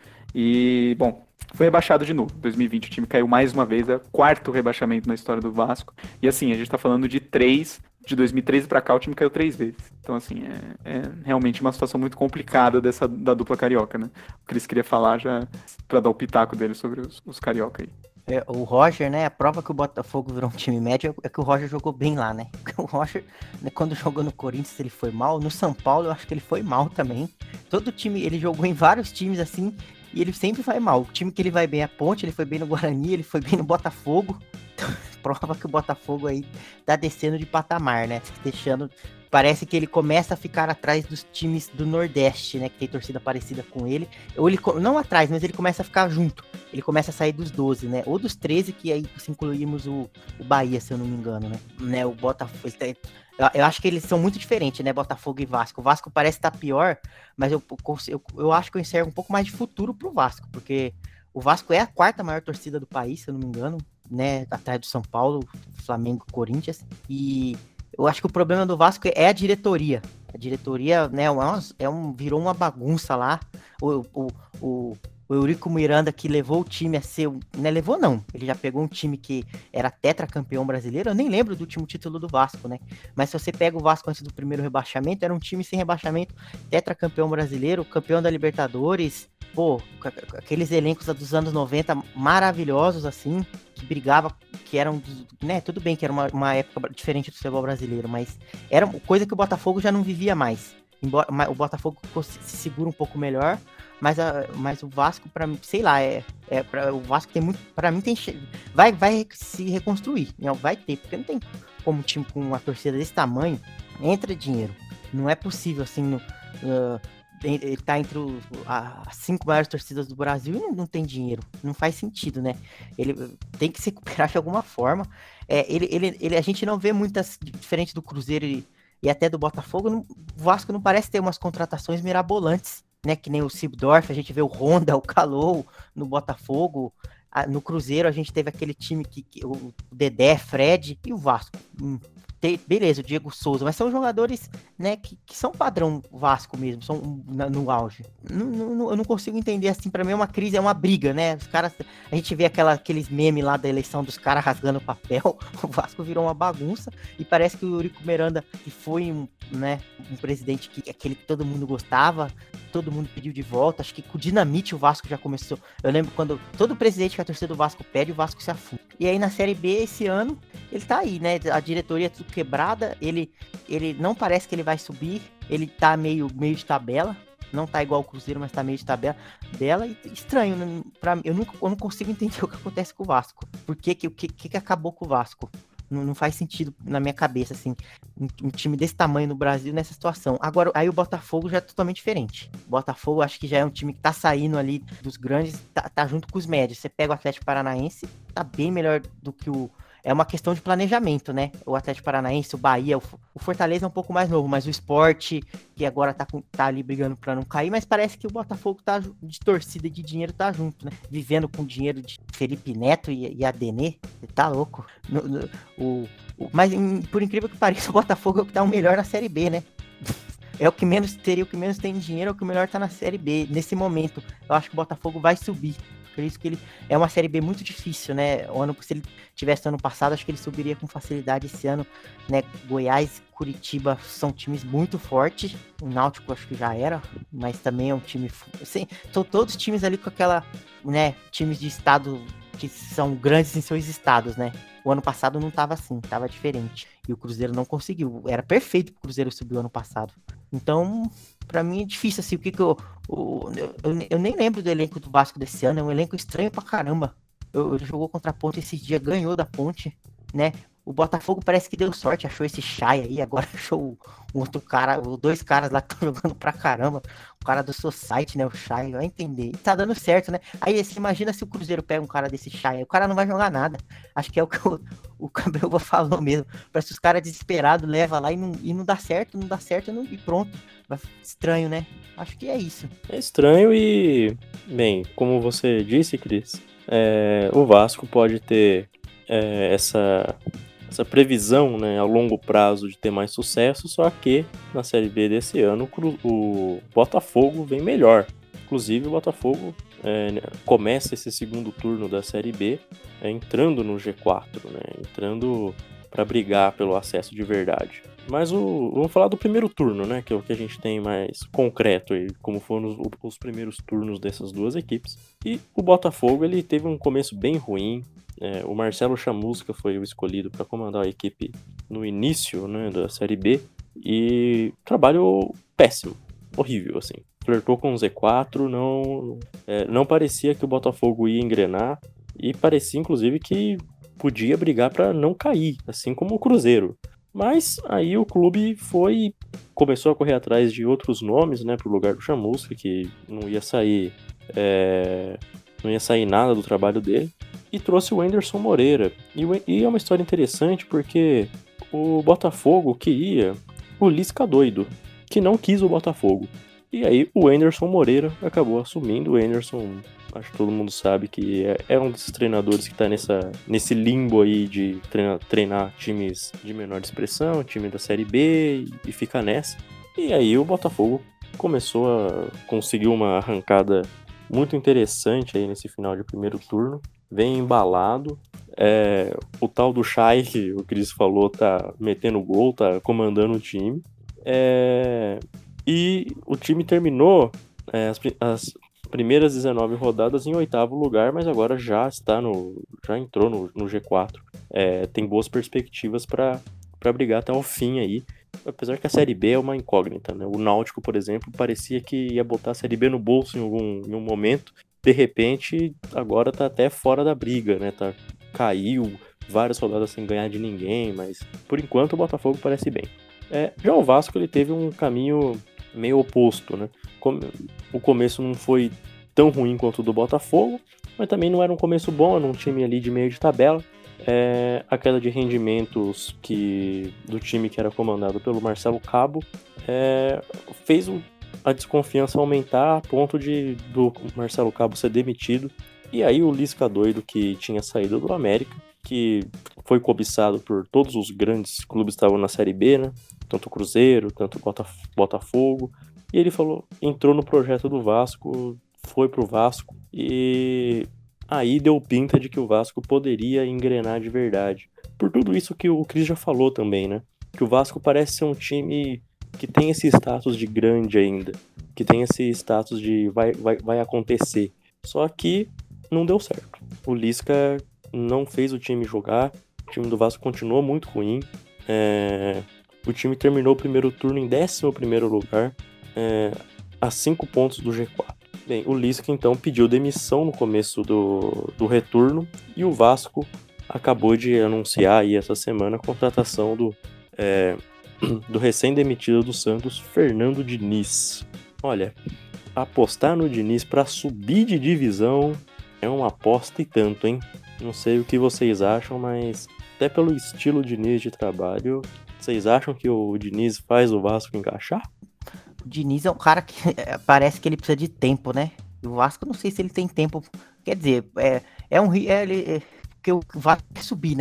E, bom, foi rebaixado de novo. Em dois mil e vinte o time caiu mais uma vez, é o quarto rebaixamento na história do Vasco. E assim, a gente tá falando de três, de dois mil e treze pra cá o time caiu três vezes. Então assim, é, é realmente uma situação muito complicada dessa, da dupla carioca, né? O Cris queria falar já pra dar o pitaco dele sobre os, os carioca aí. É, o Roger, né, a prova que o Botafogo virou um time médio é que o Roger jogou bem lá, né? O Roger, né, quando jogou no Corinthians, ele foi mal. No São Paulo, eu acho que ele foi mal também. Todo time, ele jogou em vários times, assim, e ele sempre vai mal. O time que ele vai bem é a Ponte, ele foi bem no Guarani, ele foi bem no Botafogo. Então, prova que o Botafogo aí tá descendo de patamar, né? Deixando... Parece que ele começa a ficar atrás dos times do Nordeste, né? Que tem torcida parecida com ele. Ou ele, não atrás, mas ele começa a ficar junto. Ele começa a sair dos doze, né? Ou dos treze, que aí se incluímos o, o Bahia, se eu não me engano, né? né? O Botafogo... Tá, eu, eu acho que eles são muito diferentes, né? Botafogo e Vasco. O Vasco parece estar pior, mas eu, eu, eu acho que eu enxergo um pouco mais de futuro pro Vasco, porque o Vasco é a quarta maior torcida do país, se eu não me engano, né? Atrás do São Paulo, Flamengo, Corinthians. E... eu acho que o problema do Vasco é a diretoria. A diretoria, né, é um, virou uma bagunça lá. O, o, o, o Eurico Miranda, que levou o time a ser... Né, levou não, ele já pegou um time que era tetracampeão brasileiro. Eu nem lembro do último título do Vasco, né? Mas se você pega o Vasco antes do primeiro rebaixamento, era um time sem rebaixamento, tetracampeão brasileiro, campeão da Libertadores... Pô, aqueles elencos dos anos noventa maravilhosos, assim, que brigava, que eram, né, tudo bem que era uma, uma época diferente do futebol brasileiro, mas era coisa que o Botafogo já não vivia mais. Embora o Botafogo se segura um pouco melhor, mas, a, mas o Vasco, pra mim, sei lá, é, é pra, o Vasco tem muito, pra mim, tem, vai, vai se reconstruir, né, vai ter, porque não tem como um time com uma torcida desse tamanho, entra dinheiro, não é possível, assim, no, uh, ele tá entre os, as cinco maiores torcidas do Brasil e não, não tem dinheiro. Não faz sentido, né? Ele tem que se recuperar de alguma forma. É, ele, ele, ele, a gente não vê muitas, diferente do Cruzeiro e, e até do Botafogo, não, o Vasco não parece ter umas contratações mirabolantes, né? Que nem o Sibdorf, a gente vê o Honda, o Calou no Botafogo. A, no Cruzeiro a gente teve aquele time que, que o Dedé, Fred e o Vasco. Hum. Beleza, o Diego Souza, mas são jogadores, né, que, que são padrão Vasco mesmo, são na, no auge. Não, não, eu não consigo entender, assim, pra mim é uma crise, é uma briga, né? Os caras, a gente vê aquela, aqueles memes lá da eleição dos caras rasgando papel, o Vasco virou uma bagunça e parece que o Eurico Miranda, que foi um, né, um presidente que aquele que todo mundo gostava, todo mundo pediu de volta, acho que com o Dinamite o Vasco já começou. Eu lembro quando todo presidente que a torcida do Vasco pede, o Vasco se afunda. E aí na Série B esse ano, ele tá aí, né? A diretoria é tudo quebrada, ele, ele não parece que ele vai subir, ele tá meio, meio de tabela, não tá igual o Cruzeiro, mas tá meio de tabela dela, e estranho, né? Pra, eu, nunca, eu não consigo entender o que acontece com o Vasco. Por que que, que, que acabou com o Vasco? Não, não faz sentido na minha cabeça, assim, um, um time desse tamanho no Brasil nessa situação. Agora, aí o Botafogo já é totalmente diferente. O Botafogo, acho que já é um time que tá saindo ali dos grandes, tá, tá junto com os médios. Você pega o Atlético Paranaense, tá bem melhor do que o... É uma questão de planejamento, né? O Atlético Paranaense, o Bahia, o, o Fortaleza é um pouco mais novo, mas o Sport, que agora tá, com, tá ali brigando pra não cair, mas parece que o Botafogo tá de torcida e de dinheiro tá junto, né? Vivendo com dinheiro de Felipe Neto e, e Adenê, tá louco. No, no, o, o, mas em, por incrível que pareça, o Botafogo é o que tá o melhor na Série B, né? É o que menos teria, o que menos tem dinheiro, é o que o melhor tá na Série B. Nesse momento, eu acho que o Botafogo vai subir. por isso que ele é uma Série B muito difícil, né? O ano, se ele tivesse ano passado, acho que ele subiria com facilidade esse ano, né? Goiás, Curitiba são times muito fortes, o Náutico acho que já era, mas também é um time, assim, são todos times ali com aquela, né, times de estado que são grandes em seus estados, né? O ano passado não tava assim, tava diferente. E o Cruzeiro não conseguiu. Era perfeito pro Cruzeiro subir o ano passado. Então, pra mim é difícil, assim, o que que eu... eu, eu, eu nem lembro do elenco do Vasco desse ano, é um elenco estranho pra caramba. Eu, ele jogou contra a Ponte esses dias, ganhou da Ponte, né? O Botafogo parece que deu sorte, achou esse Chay aí, agora achou o outro cara, os dois caras lá que estão jogando pra caramba. O cara do Society, né, o Chay, vai entender. E tá dando certo, né? Aí você imagina se o Cruzeiro pega um cara desse Chay aí, o cara não vai jogar nada. Acho que é o que o, o Cabelba falou mesmo. Parece que os caras desesperados levam lá e não, e não dá certo, não dá certo não, e pronto. Vai, estranho, né? Acho que é isso. É estranho e, bem, como você disse, Cris, é, o Vasco pode ter é, essa... essa previsão, né, a longo prazo de ter mais sucesso, só que na Série B desse ano o Botafogo vem melhor. Inclusive o Botafogo é, começa esse segundo turno da Série B é, entrando no G quatro, né, entrando para brigar pelo acesso de verdade. Mas o, vamos falar do primeiro turno, né, que é o que a gente tem mais concreto aí, como foram os, os primeiros turnos dessas duas equipes. E o Botafogo ele teve um começo bem ruim. É, o Marcelo Chamusca foi o escolhido para comandar a equipe no início, né, da Série B e trabalho péssimo, horrível, assim. Flertou com o Z quatro, não, é, não parecia que o Botafogo ia engrenar e parecia, inclusive, que podia brigar para não cair, assim como o Cruzeiro. Mas aí o clube foi começou a correr atrás de outros nomes, né, para o lugar do Chamusca, que não ia sair, é, não ia sair nada do trabalho dele. E trouxe o Anderson Moreira. E, e é uma história interessante porque o Botafogo queria o Lisca doido, que não quis o Botafogo. E aí o Anderson Moreira acabou assumindo. O Anderson, acho que todo mundo sabe que é, é um desses treinadores que está nessa, nesse limbo aí de treinar, treinar times de menor expressão, time da Série B, e, e ficar nessa. E aí o Botafogo começou a conseguir uma arrancada muito interessante aí nesse final de primeiro turno. Vem embalado, é, o tal do Chay, que o Cris falou, tá metendo gol, tá comandando o time, é, e o time terminou é, as, as primeiras dezenove rodadas em oitavo lugar, mas agora já está no, já entrou no, no G quatro, é, tem boas perspectivas para para brigar até o fim aí, apesar que a Série B é uma incógnita, né? O Náutico, por exemplo, parecia que ia botar a Série B no bolso em algum em um momento. De repente, agora tá até fora da briga, né? Tá, caiu várias rodadas sem ganhar de ninguém, mas por enquanto o Botafogo parece bem. É, já o Vasco ele teve um caminho meio oposto, né? O começo não foi tão ruim quanto o do Botafogo, mas também não era um começo bom, era um time ali de meio de tabela. É, a queda de rendimentos que, do time que era comandado pelo Marcelo Cabo é, fez o a desconfiança aumentar a ponto de do Marcelo Cabo ser demitido. E aí o Lisca doido, que tinha saído do América, que foi cobiçado por todos os grandes clubes que estavam na Série B, né? Tanto o Cruzeiro, tanto o Botafogo. E ele falou, entrou no projeto do Vasco, foi pro Vasco e aí deu pinta de que o Vasco poderia engrenar de verdade. Por tudo isso que o Cris já falou também, né? Que o Vasco parece ser um time que tem esse status de grande ainda, que tem esse status de vai, vai, vai acontecer. Só que não deu certo. O Lisca não fez o time jogar, o time do Vasco continuou muito ruim. É... O time terminou o primeiro turno em décimo primeiro lugar, é... a cinco pontos do G quatro. Bem, o Lisca então pediu demissão no começo do, do retorno e o Vasco acabou de anunciar aí essa semana a contratação do... É... do recém-demitido do Santos, Fernando Diniz. Olha, apostar no Diniz para subir de divisão é uma aposta e tanto, hein? Não sei o que vocês acham, mas até pelo estilo Diniz de trabalho, vocês acham que o Diniz faz o Vasco encaixar? O Diniz é um cara que parece que ele precisa de tempo, né? E o Vasco, não sei se ele tem tempo. Quer dizer, é, é um... É, é, porque o Vasco quer subir, né?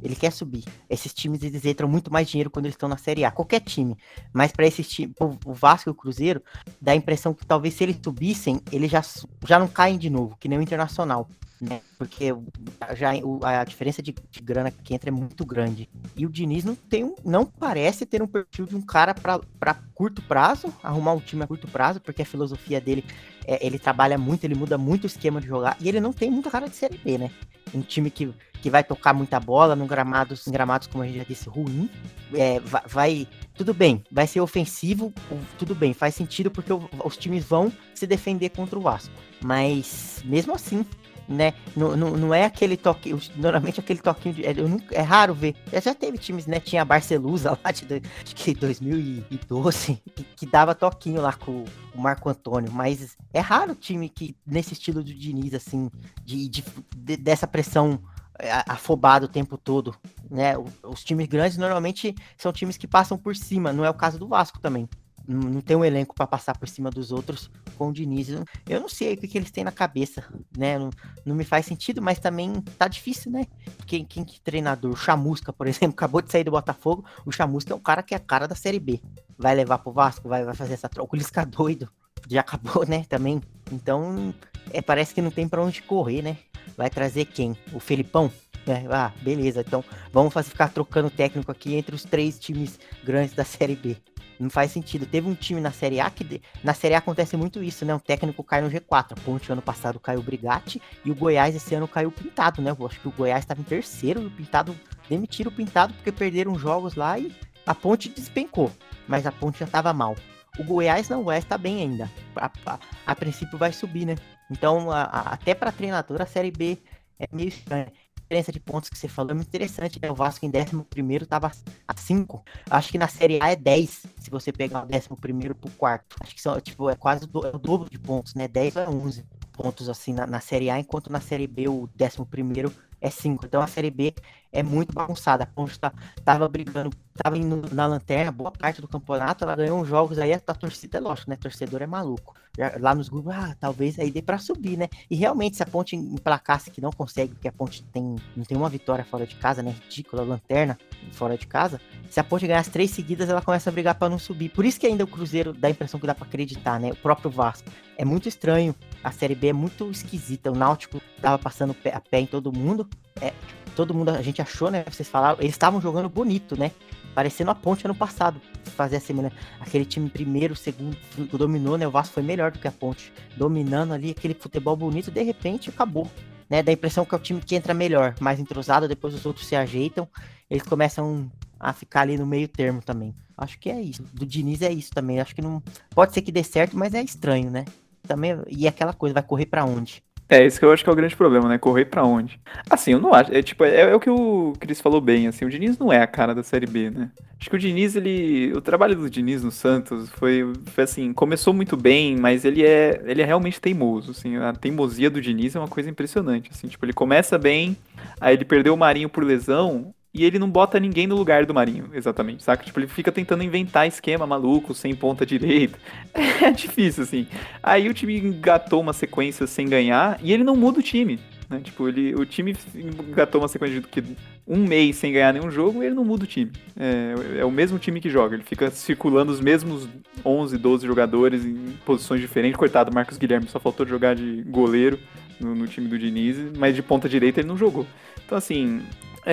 Ele quer subir. Esses times, eles entram muito mais dinheiro quando eles estão na Série A. Qualquer time. Mas para esses times, o Vasco e o Cruzeiro, dá a impressão que talvez se eles subissem, eles já, já não caem de novo, que nem o Internacional. Né? Porque já, a diferença de, de grana que entra é muito grande. E o Diniz não, tem um, não parece ter um perfil de um cara para curto prazo, arrumar um time a curto prazo, porque a filosofia dele, é, ele trabalha muito, ele muda muito o esquema de jogar, e ele não tem muita cara de Série B, né? Um time que, que vai tocar muita bola num gramados, em gramados, como a gente já disse, ruim. É, vai, vai, tudo bem, vai ser ofensivo, tudo bem, faz sentido porque o, os times vão se defender contra o Vasco. Mas, mesmo assim, né, não, não, não é aquele toque, normalmente aquele toquinho de, é, eu nunca, é raro ver, já teve times, né, tinha a Barcelusa lá de, de dois mil e doze, que, que dava toquinho lá com o Marco Antônio, mas é raro o time que, nesse estilo do Diniz, assim, de, de, de dessa pressão afobado o tempo todo, né, os times grandes normalmente são times que passam por cima, não é o caso do Vasco também. Não, não tem um elenco para passar por cima dos outros com o Diniz. Eu não sei o que, que eles têm na cabeça, né? Não, não me faz sentido, mas também tá difícil, né? Quem, quem que treinador? O Chamusca, por exemplo, acabou de sair do Botafogo. O Chamusca é um cara que é a cara da Série B. Vai levar pro Vasco? Vai, vai fazer essa troca? O Lisca doido. Já acabou, né? Também. Então, é, parece que não tem para onde correr, né? Vai trazer quem? O Felipão? É, ah, beleza. Então, vamos fazer, ficar trocando técnico aqui entre os três times grandes da Série B. Não faz sentido. Teve um time na Série A que... Na Série A acontece muito isso, né? Um técnico cai no G quatro. A Ponte ano passado caiu o Brigatti e o Goiás esse ano caiu o Pintado, né? Eu acho que o Goiás estava em terceiro e o Pintado... Demitiram o Pintado porque perderam jogos lá e a Ponte despencou. Mas a Ponte já estava mal. O Goiás não, o Goiás tá bem ainda. A, a, a princípio vai subir, né? Então, a, a, até para treinador, a Série B é meio estranha. A diferença de pontos que você falou é muito interessante, né? O Vasco em décimo primeiro tava a cinco. Acho que na Série A é dez, se você pegar o décimo primeiro pro quarto. Acho que são, tipo, é quase o, do, é o dobro de pontos, né? dez a onze pontos, assim, na, na Série A, enquanto na Série B o décimo primeiro é cinco. Então a Série B é muito bagunçada. A Ponte tá, tava brigando, tava indo na lanterna, boa parte do campeonato, ela ganhou uns jogos aí, a torcida, é lógico, né? Torcedor é maluco. Lá nos grupos, ah, talvez aí dê pra subir, né? E realmente, se a Ponte emplacasse, que não consegue, porque a Ponte tem, não tem uma vitória fora de casa, né? Ridícula, lanterna fora de casa. Se a Ponte ganhar as três seguidas, ela começa a brigar pra não subir. Por isso que ainda o Cruzeiro dá a impressão que dá pra acreditar, né? O próprio Vasco. É muito estranho. A Série B é muito esquisita. O Náutico tava passando a pé em todo mundo. É, todo mundo, a gente achou, né? Vocês falaram, eles estavam jogando bonito, né? Parecendo a Ponte ano passado. Fazer a semana, aquele time primeiro, segundo, dominou, né? O Vasco foi melhor do que a Ponte. Dominando ali, aquele futebol bonito, de repente acabou. Né? Dá a impressão que é o time que entra melhor, mais entrosado, depois os outros se ajeitam. Eles começam a ficar ali no meio termo também. Acho que é isso. Do Diniz é isso também. Acho que não. Pode ser que dê certo, mas é estranho, né? Também, e aquela coisa, vai correr pra onde? É, isso que eu acho que é o grande problema, né? Correr pra onde? Assim, eu não acho. É tipo, é, é o que o Cris falou bem, assim, o Diniz não é a cara da Série B, né? Acho que o Diniz, ele. O trabalho do Diniz no Santos foi, foi assim, começou muito bem, mas ele é, ele é realmente teimoso, assim. A teimosia do Diniz é uma coisa impressionante, assim. Tipo, ele começa bem, aí ele perdeu o Marinho por lesão. E ele não bota ninguém no lugar do Marinho, exatamente, saca? Tipo, ele fica tentando inventar esquema maluco, sem ponta direita. É difícil, assim. Aí o time engatou uma sequência sem ganhar, e ele não muda o time, né? Tipo, ele, o time engatou uma sequência de que um mês sem ganhar nenhum jogo, e ele não muda o time. É, é o mesmo time que joga, ele fica circulando os mesmos onze, doze jogadores em posições diferentes. Coitado, Marcos Guilherme só faltou jogar de goleiro no, no time do Diniz, mas de ponta direita ele não jogou. Então, assim...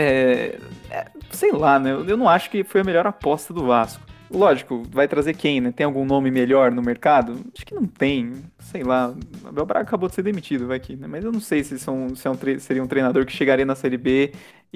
É, é, sei lá, né? Eu não acho que foi a melhor aposta do Vasco. Lógico, vai trazer quem, né? Tem algum nome melhor no mercado? Acho que não tem. Sei lá. O Abel Braga acabou de ser demitido, vai aqui, né? Mas eu não sei se, são, se é um tre- seria um treinador que chegaria na Série B.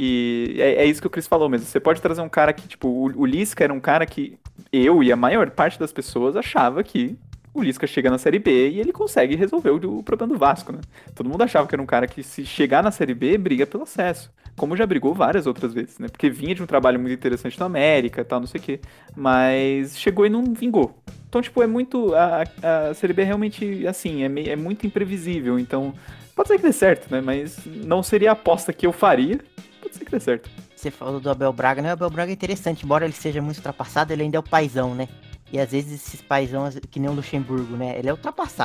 E é, é isso que o Cris falou mesmo. Você pode trazer um cara que, tipo, o, o Lisca era um cara que eu e a maior parte das pessoas achava que o Lisca chega na Série B e ele consegue resolver o, o problema do Vasco, né? Todo mundo achava que era um cara que, se chegar na Série B, briga pelo acesso. Como já brigou várias outras vezes, né? Porque vinha de um trabalho muito interessante na América e tal, não sei o quê. Mas chegou e não vingou. Então, tipo, é muito... A, a Série B é realmente, assim, é, meio, é muito imprevisível. Então, pode ser que dê certo, né? Mas não seria a aposta que eu faria. Pode ser que dê certo. Você falou do Abel Braga, né? O Abel Braga é interessante. Embora ele seja muito ultrapassado, ele ainda é o paizão, né? E às vezes esses paizão, que nem o Luxemburgo, né? Ele é ultrapassado.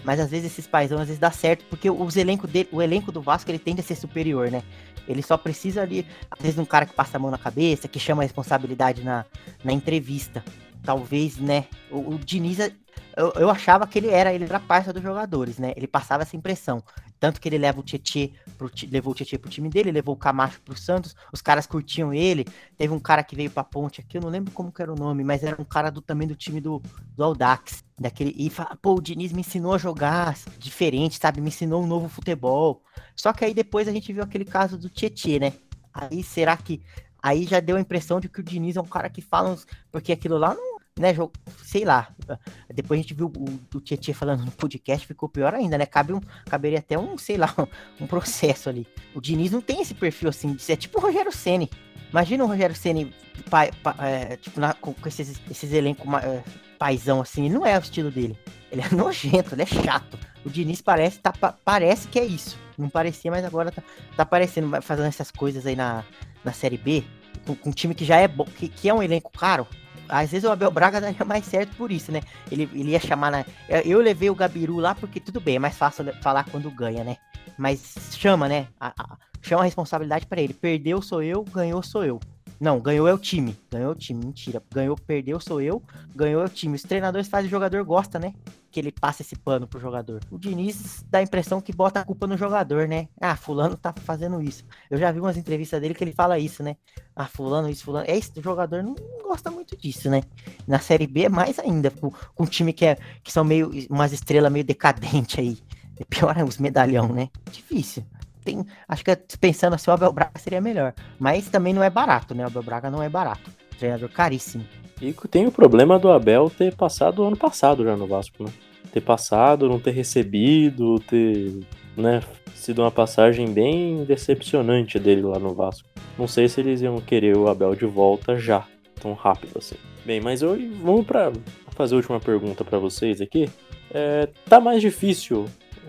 Mas às vezes esses paizão, às vezes dá certo, porque os elenco dele, o elenco do Vasco, ele tende a ser superior, né? Ele só precisa ali, às vezes, de um cara que passa a mão na cabeça, que chama a responsabilidade na, na entrevista. Talvez, né? O, o Diniz, eu, eu achava que ele era, ele era parça dos jogadores, né? Ele passava essa impressão. Tanto que ele leva o Tietê pro, levou o Tietê pro time dele, levou o Camacho pro Santos, os caras curtiam ele. Teve um cara que veio pra Ponte aqui, eu não lembro como que era o nome, mas era um cara do, também do time do, do Audax. Daquele, e fala, pô, o Diniz me ensinou a jogar diferente, sabe? Me ensinou um novo futebol. Só que aí depois a gente viu aquele caso do Tietê, né? Aí será que... Aí já deu a impressão de que o Diniz é um cara que fala uns... Porque aquilo lá não... Né, jogo, sei lá. Depois a gente viu o, o Tietê falando no podcast, ficou pior ainda, né? Cabe um, caberia até um, sei lá, um, um processo ali. O Diniz não tem esse perfil assim, de ser tipo o Rogério Ceni. Imagina o Rogério Ceni pa, pa, é, tipo, na, com, com esses, esses elencos é, paizão assim, não é o estilo dele. Ele é nojento, ele é chato. O Diniz parece, tá, pa, parece que é isso. Não parecia, mas agora tá, tá aparecendo, fazendo essas coisas aí na, na Série B, com, com um time que já é bom, que, que é um elenco caro. Às vezes o Abel Braga daria mais certo por isso, né? Ele, ele ia chamar na... Eu levei o Gabiru lá porque tudo bem, é mais fácil falar quando ganha, né? Mas chama, né? A, a, chama a responsabilidade pra ele. Perdeu sou eu, ganhou sou eu. Não, ganhou é o time. Ganhou é o time, mentira. Ganhou, perdeu sou eu, ganhou é o time. Os treinadores fazem o jogador gosta, né? Que ele passa esse pano pro jogador. O Diniz dá a impressão que bota a culpa no jogador, né? Ah, fulano tá fazendo isso. Eu já vi umas entrevistas dele que ele fala isso, né? Ah, fulano isso, fulano... É isso, o jogador não gosta muito disso, né? Na Série B é mais ainda, com, com um time que, é, que são meio... umas estrelas meio decadentes aí. É pior é os medalhão, né? Difícil. Tem, acho que pensando assim, o Abel Braga seria melhor. Mas também não é barato, né? O Abel Braga não é barato. Treinador caríssimo. E tem o problema do Abel ter passado o ano passado já no Vasco, né? Ter passado, não ter recebido, ter, né, sido uma passagem bem decepcionante dele lá no Vasco. Não sei se eles iam querer o Abel de volta já, tão rápido assim. Bem, mas eu, vamos para fazer a última pergunta para vocês aqui. É, tá mais difícil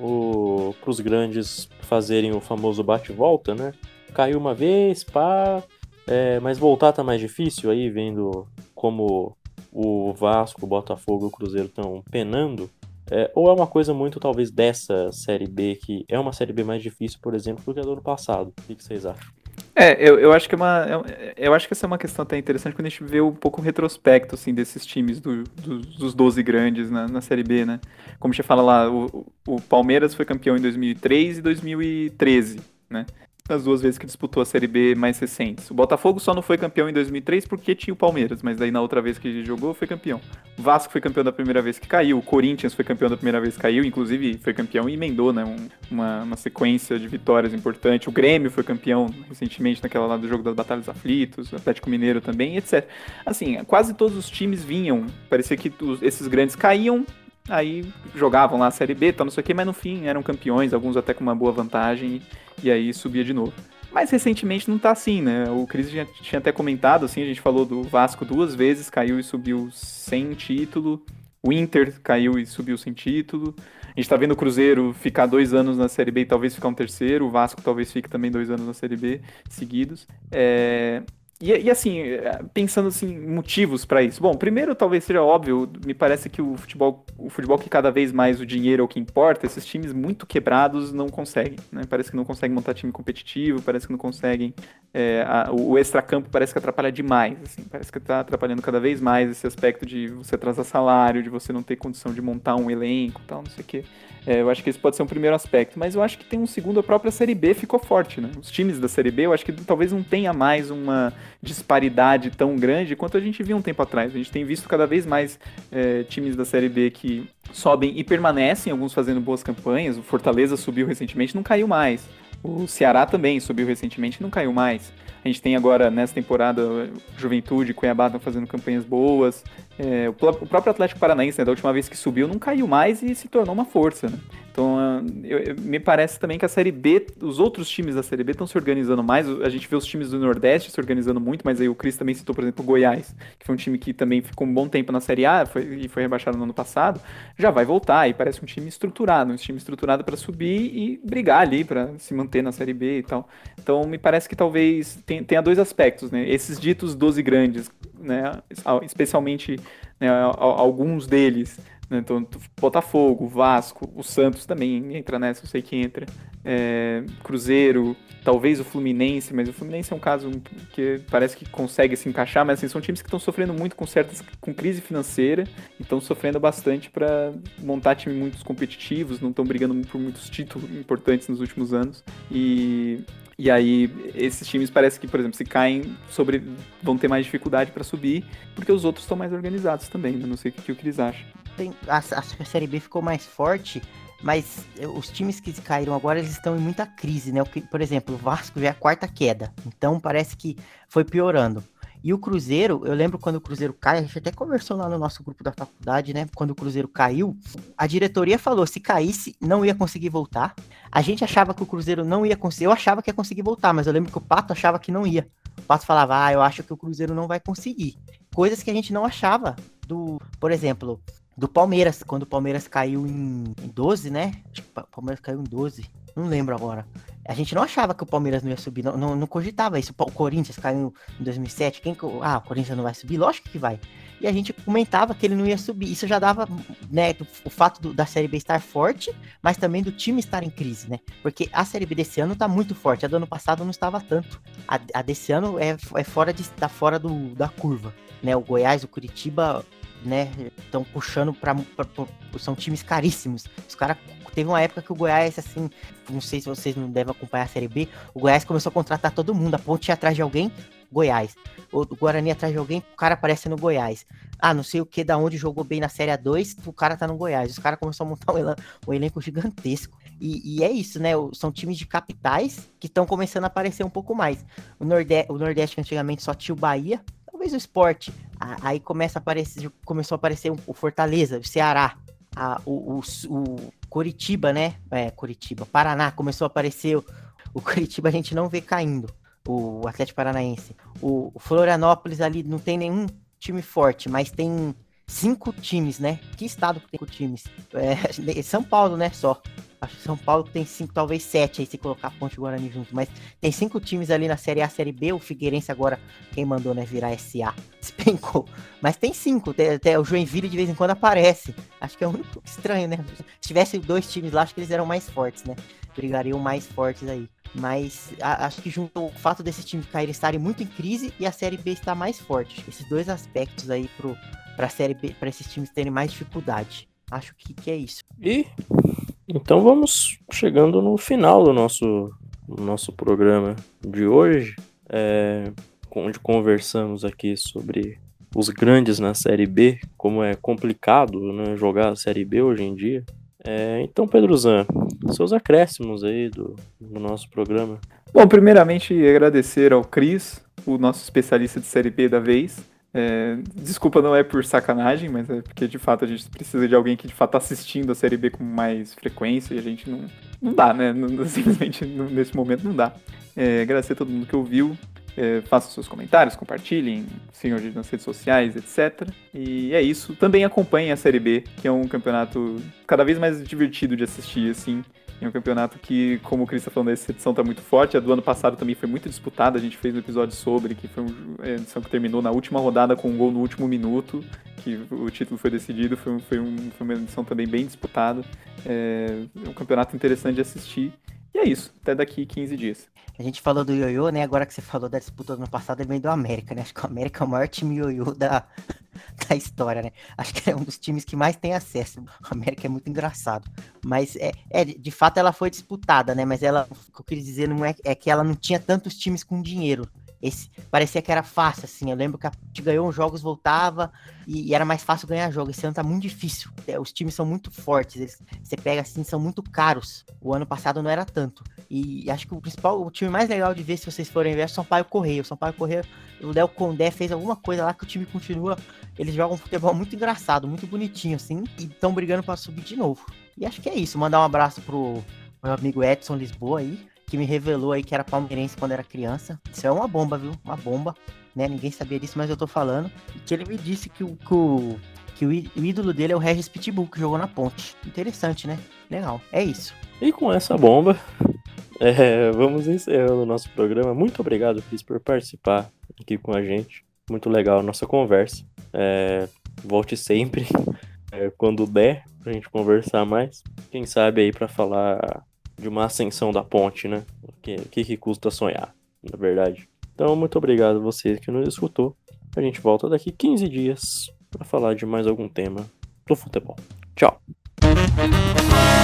para os grandes fazerem o famoso bate-volta, né? Caiu uma vez, pá... É, mas voltar tá mais difícil aí, vendo como o Vasco, o Botafogo e o Cruzeiro estão penando, é, ou é uma coisa muito, talvez, dessa Série B, que é uma Série B mais difícil, por exemplo, do que a do ano passado. O que vocês acham? É, eu, eu acho que é uma. Eu acho que essa é uma questão até interessante quando a gente vê um pouco o retrospecto, assim, desses times do, do, dos doze grandes na, na Série B, né? Como a gente fala lá, o, o Palmeiras foi campeão em dois mil e três e dois mil e treze, né? As duas vezes que disputou a Série B mais recentes. O Botafogo só não foi campeão em dois mil e três porque tinha o Palmeiras, mas daí na outra vez que jogou foi campeão. O Vasco foi campeão da primeira vez que caiu, o Corinthians foi campeão da primeira vez que caiu, inclusive foi campeão e emendou, né, um, uma, uma sequência de vitórias importante. O Grêmio foi campeão recentemente naquela lá do jogo das Batalhas Aflitos, o Atlético Mineiro também, etcétera. Assim, quase todos os times vinham, parecia que os, esses grandes caíam, aí jogavam lá a Série B, tal, não sei o que, mas no fim eram campeões, alguns até com uma boa vantagem, e, e aí subia de novo. Mas recentemente não tá assim, né? O Cris já tinha até comentado, assim, a gente falou do Vasco duas vezes, caiu e subiu sem título. O Inter caiu e subiu sem título. A gente tá vendo o Cruzeiro ficar dois anos na Série B e talvez ficar um terceiro. O Vasco talvez fique também dois anos na Série B seguidos. É... E, e assim, pensando assim, motivos para isso. Bom, primeiro talvez seja óbvio, me parece que o futebol, o futebol que cada vez mais o dinheiro é o que importa, esses times muito quebrados não conseguem, né? Parece que não conseguem montar time competitivo, parece que não conseguem... É, a, o extracampo parece que atrapalha demais, assim, parece que está atrapalhando cada vez mais esse aspecto de você atrasar salário, de você não ter condição de montar um elenco e tal, não sei o quê. É, eu acho que esse pode ser um primeiro aspecto, mas eu acho que tem um segundo, a própria Série B ficou forte, né? Os times da Série B, eu acho que talvez não tenha mais uma disparidade tão grande quanto a gente viu um tempo atrás. A gente tem visto cada vez mais é, times da Série B que sobem e permanecem, alguns fazendo boas campanhas. O Fortaleza subiu recentemente, não caiu mais. O Ceará também subiu recentemente e não caiu mais. A gente tem agora, nessa temporada, Juventude e Cuiabá estão fazendo campanhas boas. É, o próprio Atlético Paranaense, né, da última vez que subiu, não caiu mais e se tornou uma força, né? Então, eu, eu, me parece também que a Série B, os outros times da Série B estão se organizando mais. A gente vê os times do Nordeste se organizando muito, mas aí o Cris também citou, por exemplo, o Goiás, que foi um time que também ficou um bom tempo na Série A foi, e foi rebaixado no ano passado. Já vai voltar e parece um time estruturado, um time estruturado para subir e brigar ali, para se manter na Série B e tal. Então, me parece que talvez tenha, tenha dois aspectos, né? Esses ditos doze grandes, né? Especialmente, né, alguns deles né? Então, Botafogo, Vasco, o Santos também entra nessa, eu sei que entra. É, Cruzeiro, talvez o Fluminense, mas o Fluminense é um caso que parece que consegue se encaixar, mas assim, são times que estão sofrendo muito com certas com crise financeira e estão sofrendo bastante para montar times muito competitivos, não estão brigando por muitos títulos importantes nos últimos anos. E, e aí esses times parece que, por exemplo, se caem, sobre, vão ter mais dificuldade para subir, porque os outros estão mais organizados também, né? Não sei o que, o que eles acham. Tem, a, a Série B ficou mais forte, mas os times que caíram agora, eles estão em muita crise, né? Por exemplo, o Vasco já é a quarta queda, então parece que foi piorando. E o Cruzeiro, eu lembro quando o Cruzeiro cai, a gente até conversou lá no nosso grupo da faculdade, né? Quando o Cruzeiro caiu, a diretoria falou, se caísse, não ia conseguir voltar. A gente achava que o Cruzeiro não ia conseguir, eu achava que ia conseguir voltar, mas eu lembro que o Pato achava que não ia. O Pato falava, ah, eu acho que o Cruzeiro não vai conseguir. Coisas que a gente não achava do, por exemplo... do Palmeiras, quando o Palmeiras caiu em doze, né? Acho que o Palmeiras caiu em doze, não lembro agora. A gente não achava que o Palmeiras não ia subir, não, não, não cogitava isso. O Corinthians caiu em dois mil e sete, quem, ah, o Corinthians não vai subir? Lógico que vai. E a gente comentava que ele não ia subir. Isso já dava, né, o fato do, da Série B estar forte, mas também do time estar em crise, né? Porque a Série B desse ano tá muito forte, a do ano passado não estava tanto. A, a desse ano é, é fora, de, tá fora do, da curva, né? O Goiás, o Curitiba... né, estão puxando para são times caríssimos. Os caras teve uma época que o Goiás, assim, não sei se vocês não devem acompanhar a Série B, o Goiás começou a contratar todo mundo, a Ponte ia atrás de alguém, Goiás. O Guarani atrás de alguém, o cara aparece no Goiás. Ah, não sei o que, da onde jogou bem na Série A dois, o cara tá no Goiás. Os caras começaram a montar um, elan- um elenco gigantesco. E, e é isso, né? São times de capitais que estão começando a aparecer um pouco mais. O Nordeste, o Nordeste que antigamente só tinha o Bahia, talvez o Sport. Aí começa a aparecer, começou a aparecer o Fortaleza, o Ceará, a, o, o, o Coritiba, né? É, Coritiba, Paraná, começou a aparecer o, o Coritiba, a gente não vê caindo, o Atlético Paranaense. O, o Florianópolis ali não tem nenhum time forte, mas tem cinco times, né? Que estado que tem cinco times? É, São Paulo, né? Só. Acho que São Paulo tem cinco, talvez sete, aí se colocar a Ponte Guarani junto. Mas tem cinco times ali na Série A, Série B. O Figueirense agora, quem mandou, né, virar S A, despencou. Mas tem cinco, até, até o Joinville de vez em quando aparece. Acho que é o único estranho, né? Se tivesse dois times lá, acho que eles eram mais fortes, né? Brigariam mais fortes aí. Mas a, acho que junto o fato desses times caírem estarem muito em crise e a Série B estar mais forte. Esses dois aspectos aí pro, pra Série B, para esses times terem mais dificuldade. Acho que, que é isso. E então vamos chegando no final do nosso, do nosso programa de hoje, é, onde conversamos aqui sobre os grandes na Série B, como é complicado, né, jogar a Série B hoje em dia. É, então, Pedro Zan, seus acréscimos aí do, do nosso programa. Bom, primeiramente agradecer ao Cris, o nosso especialista de Série B da vez. É, desculpa, não é por sacanagem, mas é porque de fato a gente precisa de alguém que de fato tá assistindo a Série B com mais frequência e a gente não, não dá, né? Não, simplesmente não, nesse momento não dá. É, agradecer a todo mundo que ouviu. É, façam seus comentários, compartilhem, sigam a gente nas redes sociais, etcétera. E é isso. Também acompanhem a Série B, que é um campeonato cada vez mais divertido de assistir, assim. É um campeonato que, como o Cris tá falando, essa edição tá muito forte. A do ano passado também foi muito disputada. A gente fez um episódio sobre, que foi uma edição que terminou na última rodada com um gol no último minuto, que o título foi decidido. Foi, um, foi, um, foi uma edição também bem disputada. É um campeonato interessante de assistir. E é isso. Até daqui quinze dias. A gente falou do ioiô, né? Agora que você falou da disputa do ano passado, ele vem do América, né? Acho que o América é o maior time ioiô da, da história, né? Acho que é um dos times que mais tem acesso. O América é muito engraçado. Mas, é, é de fato, ela foi disputada, né? Mas ela, o que eu queria dizer não é, é que ela não tinha tantos times com dinheiro. Esse, parecia que era fácil, assim. Eu lembro que a gente ganhou uns jogos, voltava e, e era mais fácil ganhar jogos. Esse ano tá muito difícil. Os times são muito fortes. Eles, você pega assim, são muito caros. O ano passado não era tanto. E acho que o principal, o time mais legal de ver, se vocês forem ver, é o Sampaio Corrêa. O Sampaio Corrêa, o Léo Condé fez alguma coisa lá que o time continua. Eles jogam um futebol muito engraçado, muito bonitinho, assim. E estão brigando para subir de novo. E acho que é isso. Mandar um abraço pro meu amigo Edson Lisboa aí, que me revelou aí que era palmeirense quando era criança. Isso é uma bomba, viu? Uma bomba, né? Ninguém sabia disso, mas eu tô falando. E que ele me disse que o, que o, que o ídolo dele é o Regis Pitbull, que jogou na Ponte. Interessante, né? Legal. É isso. E com essa bomba, é, vamos encerrando o nosso programa. Muito obrigado, Cris, por participar aqui com a gente. Muito legal a nossa conversa. É, volte sempre. é, quando der, pra gente conversar mais. Quem sabe aí pra falar de uma ascensão da ponte, né? O que, o que que custa sonhar, na verdade. Então, muito obrigado a você que nos escutou. A gente volta daqui quinze dias pra falar de mais algum tema do futebol. Tchau!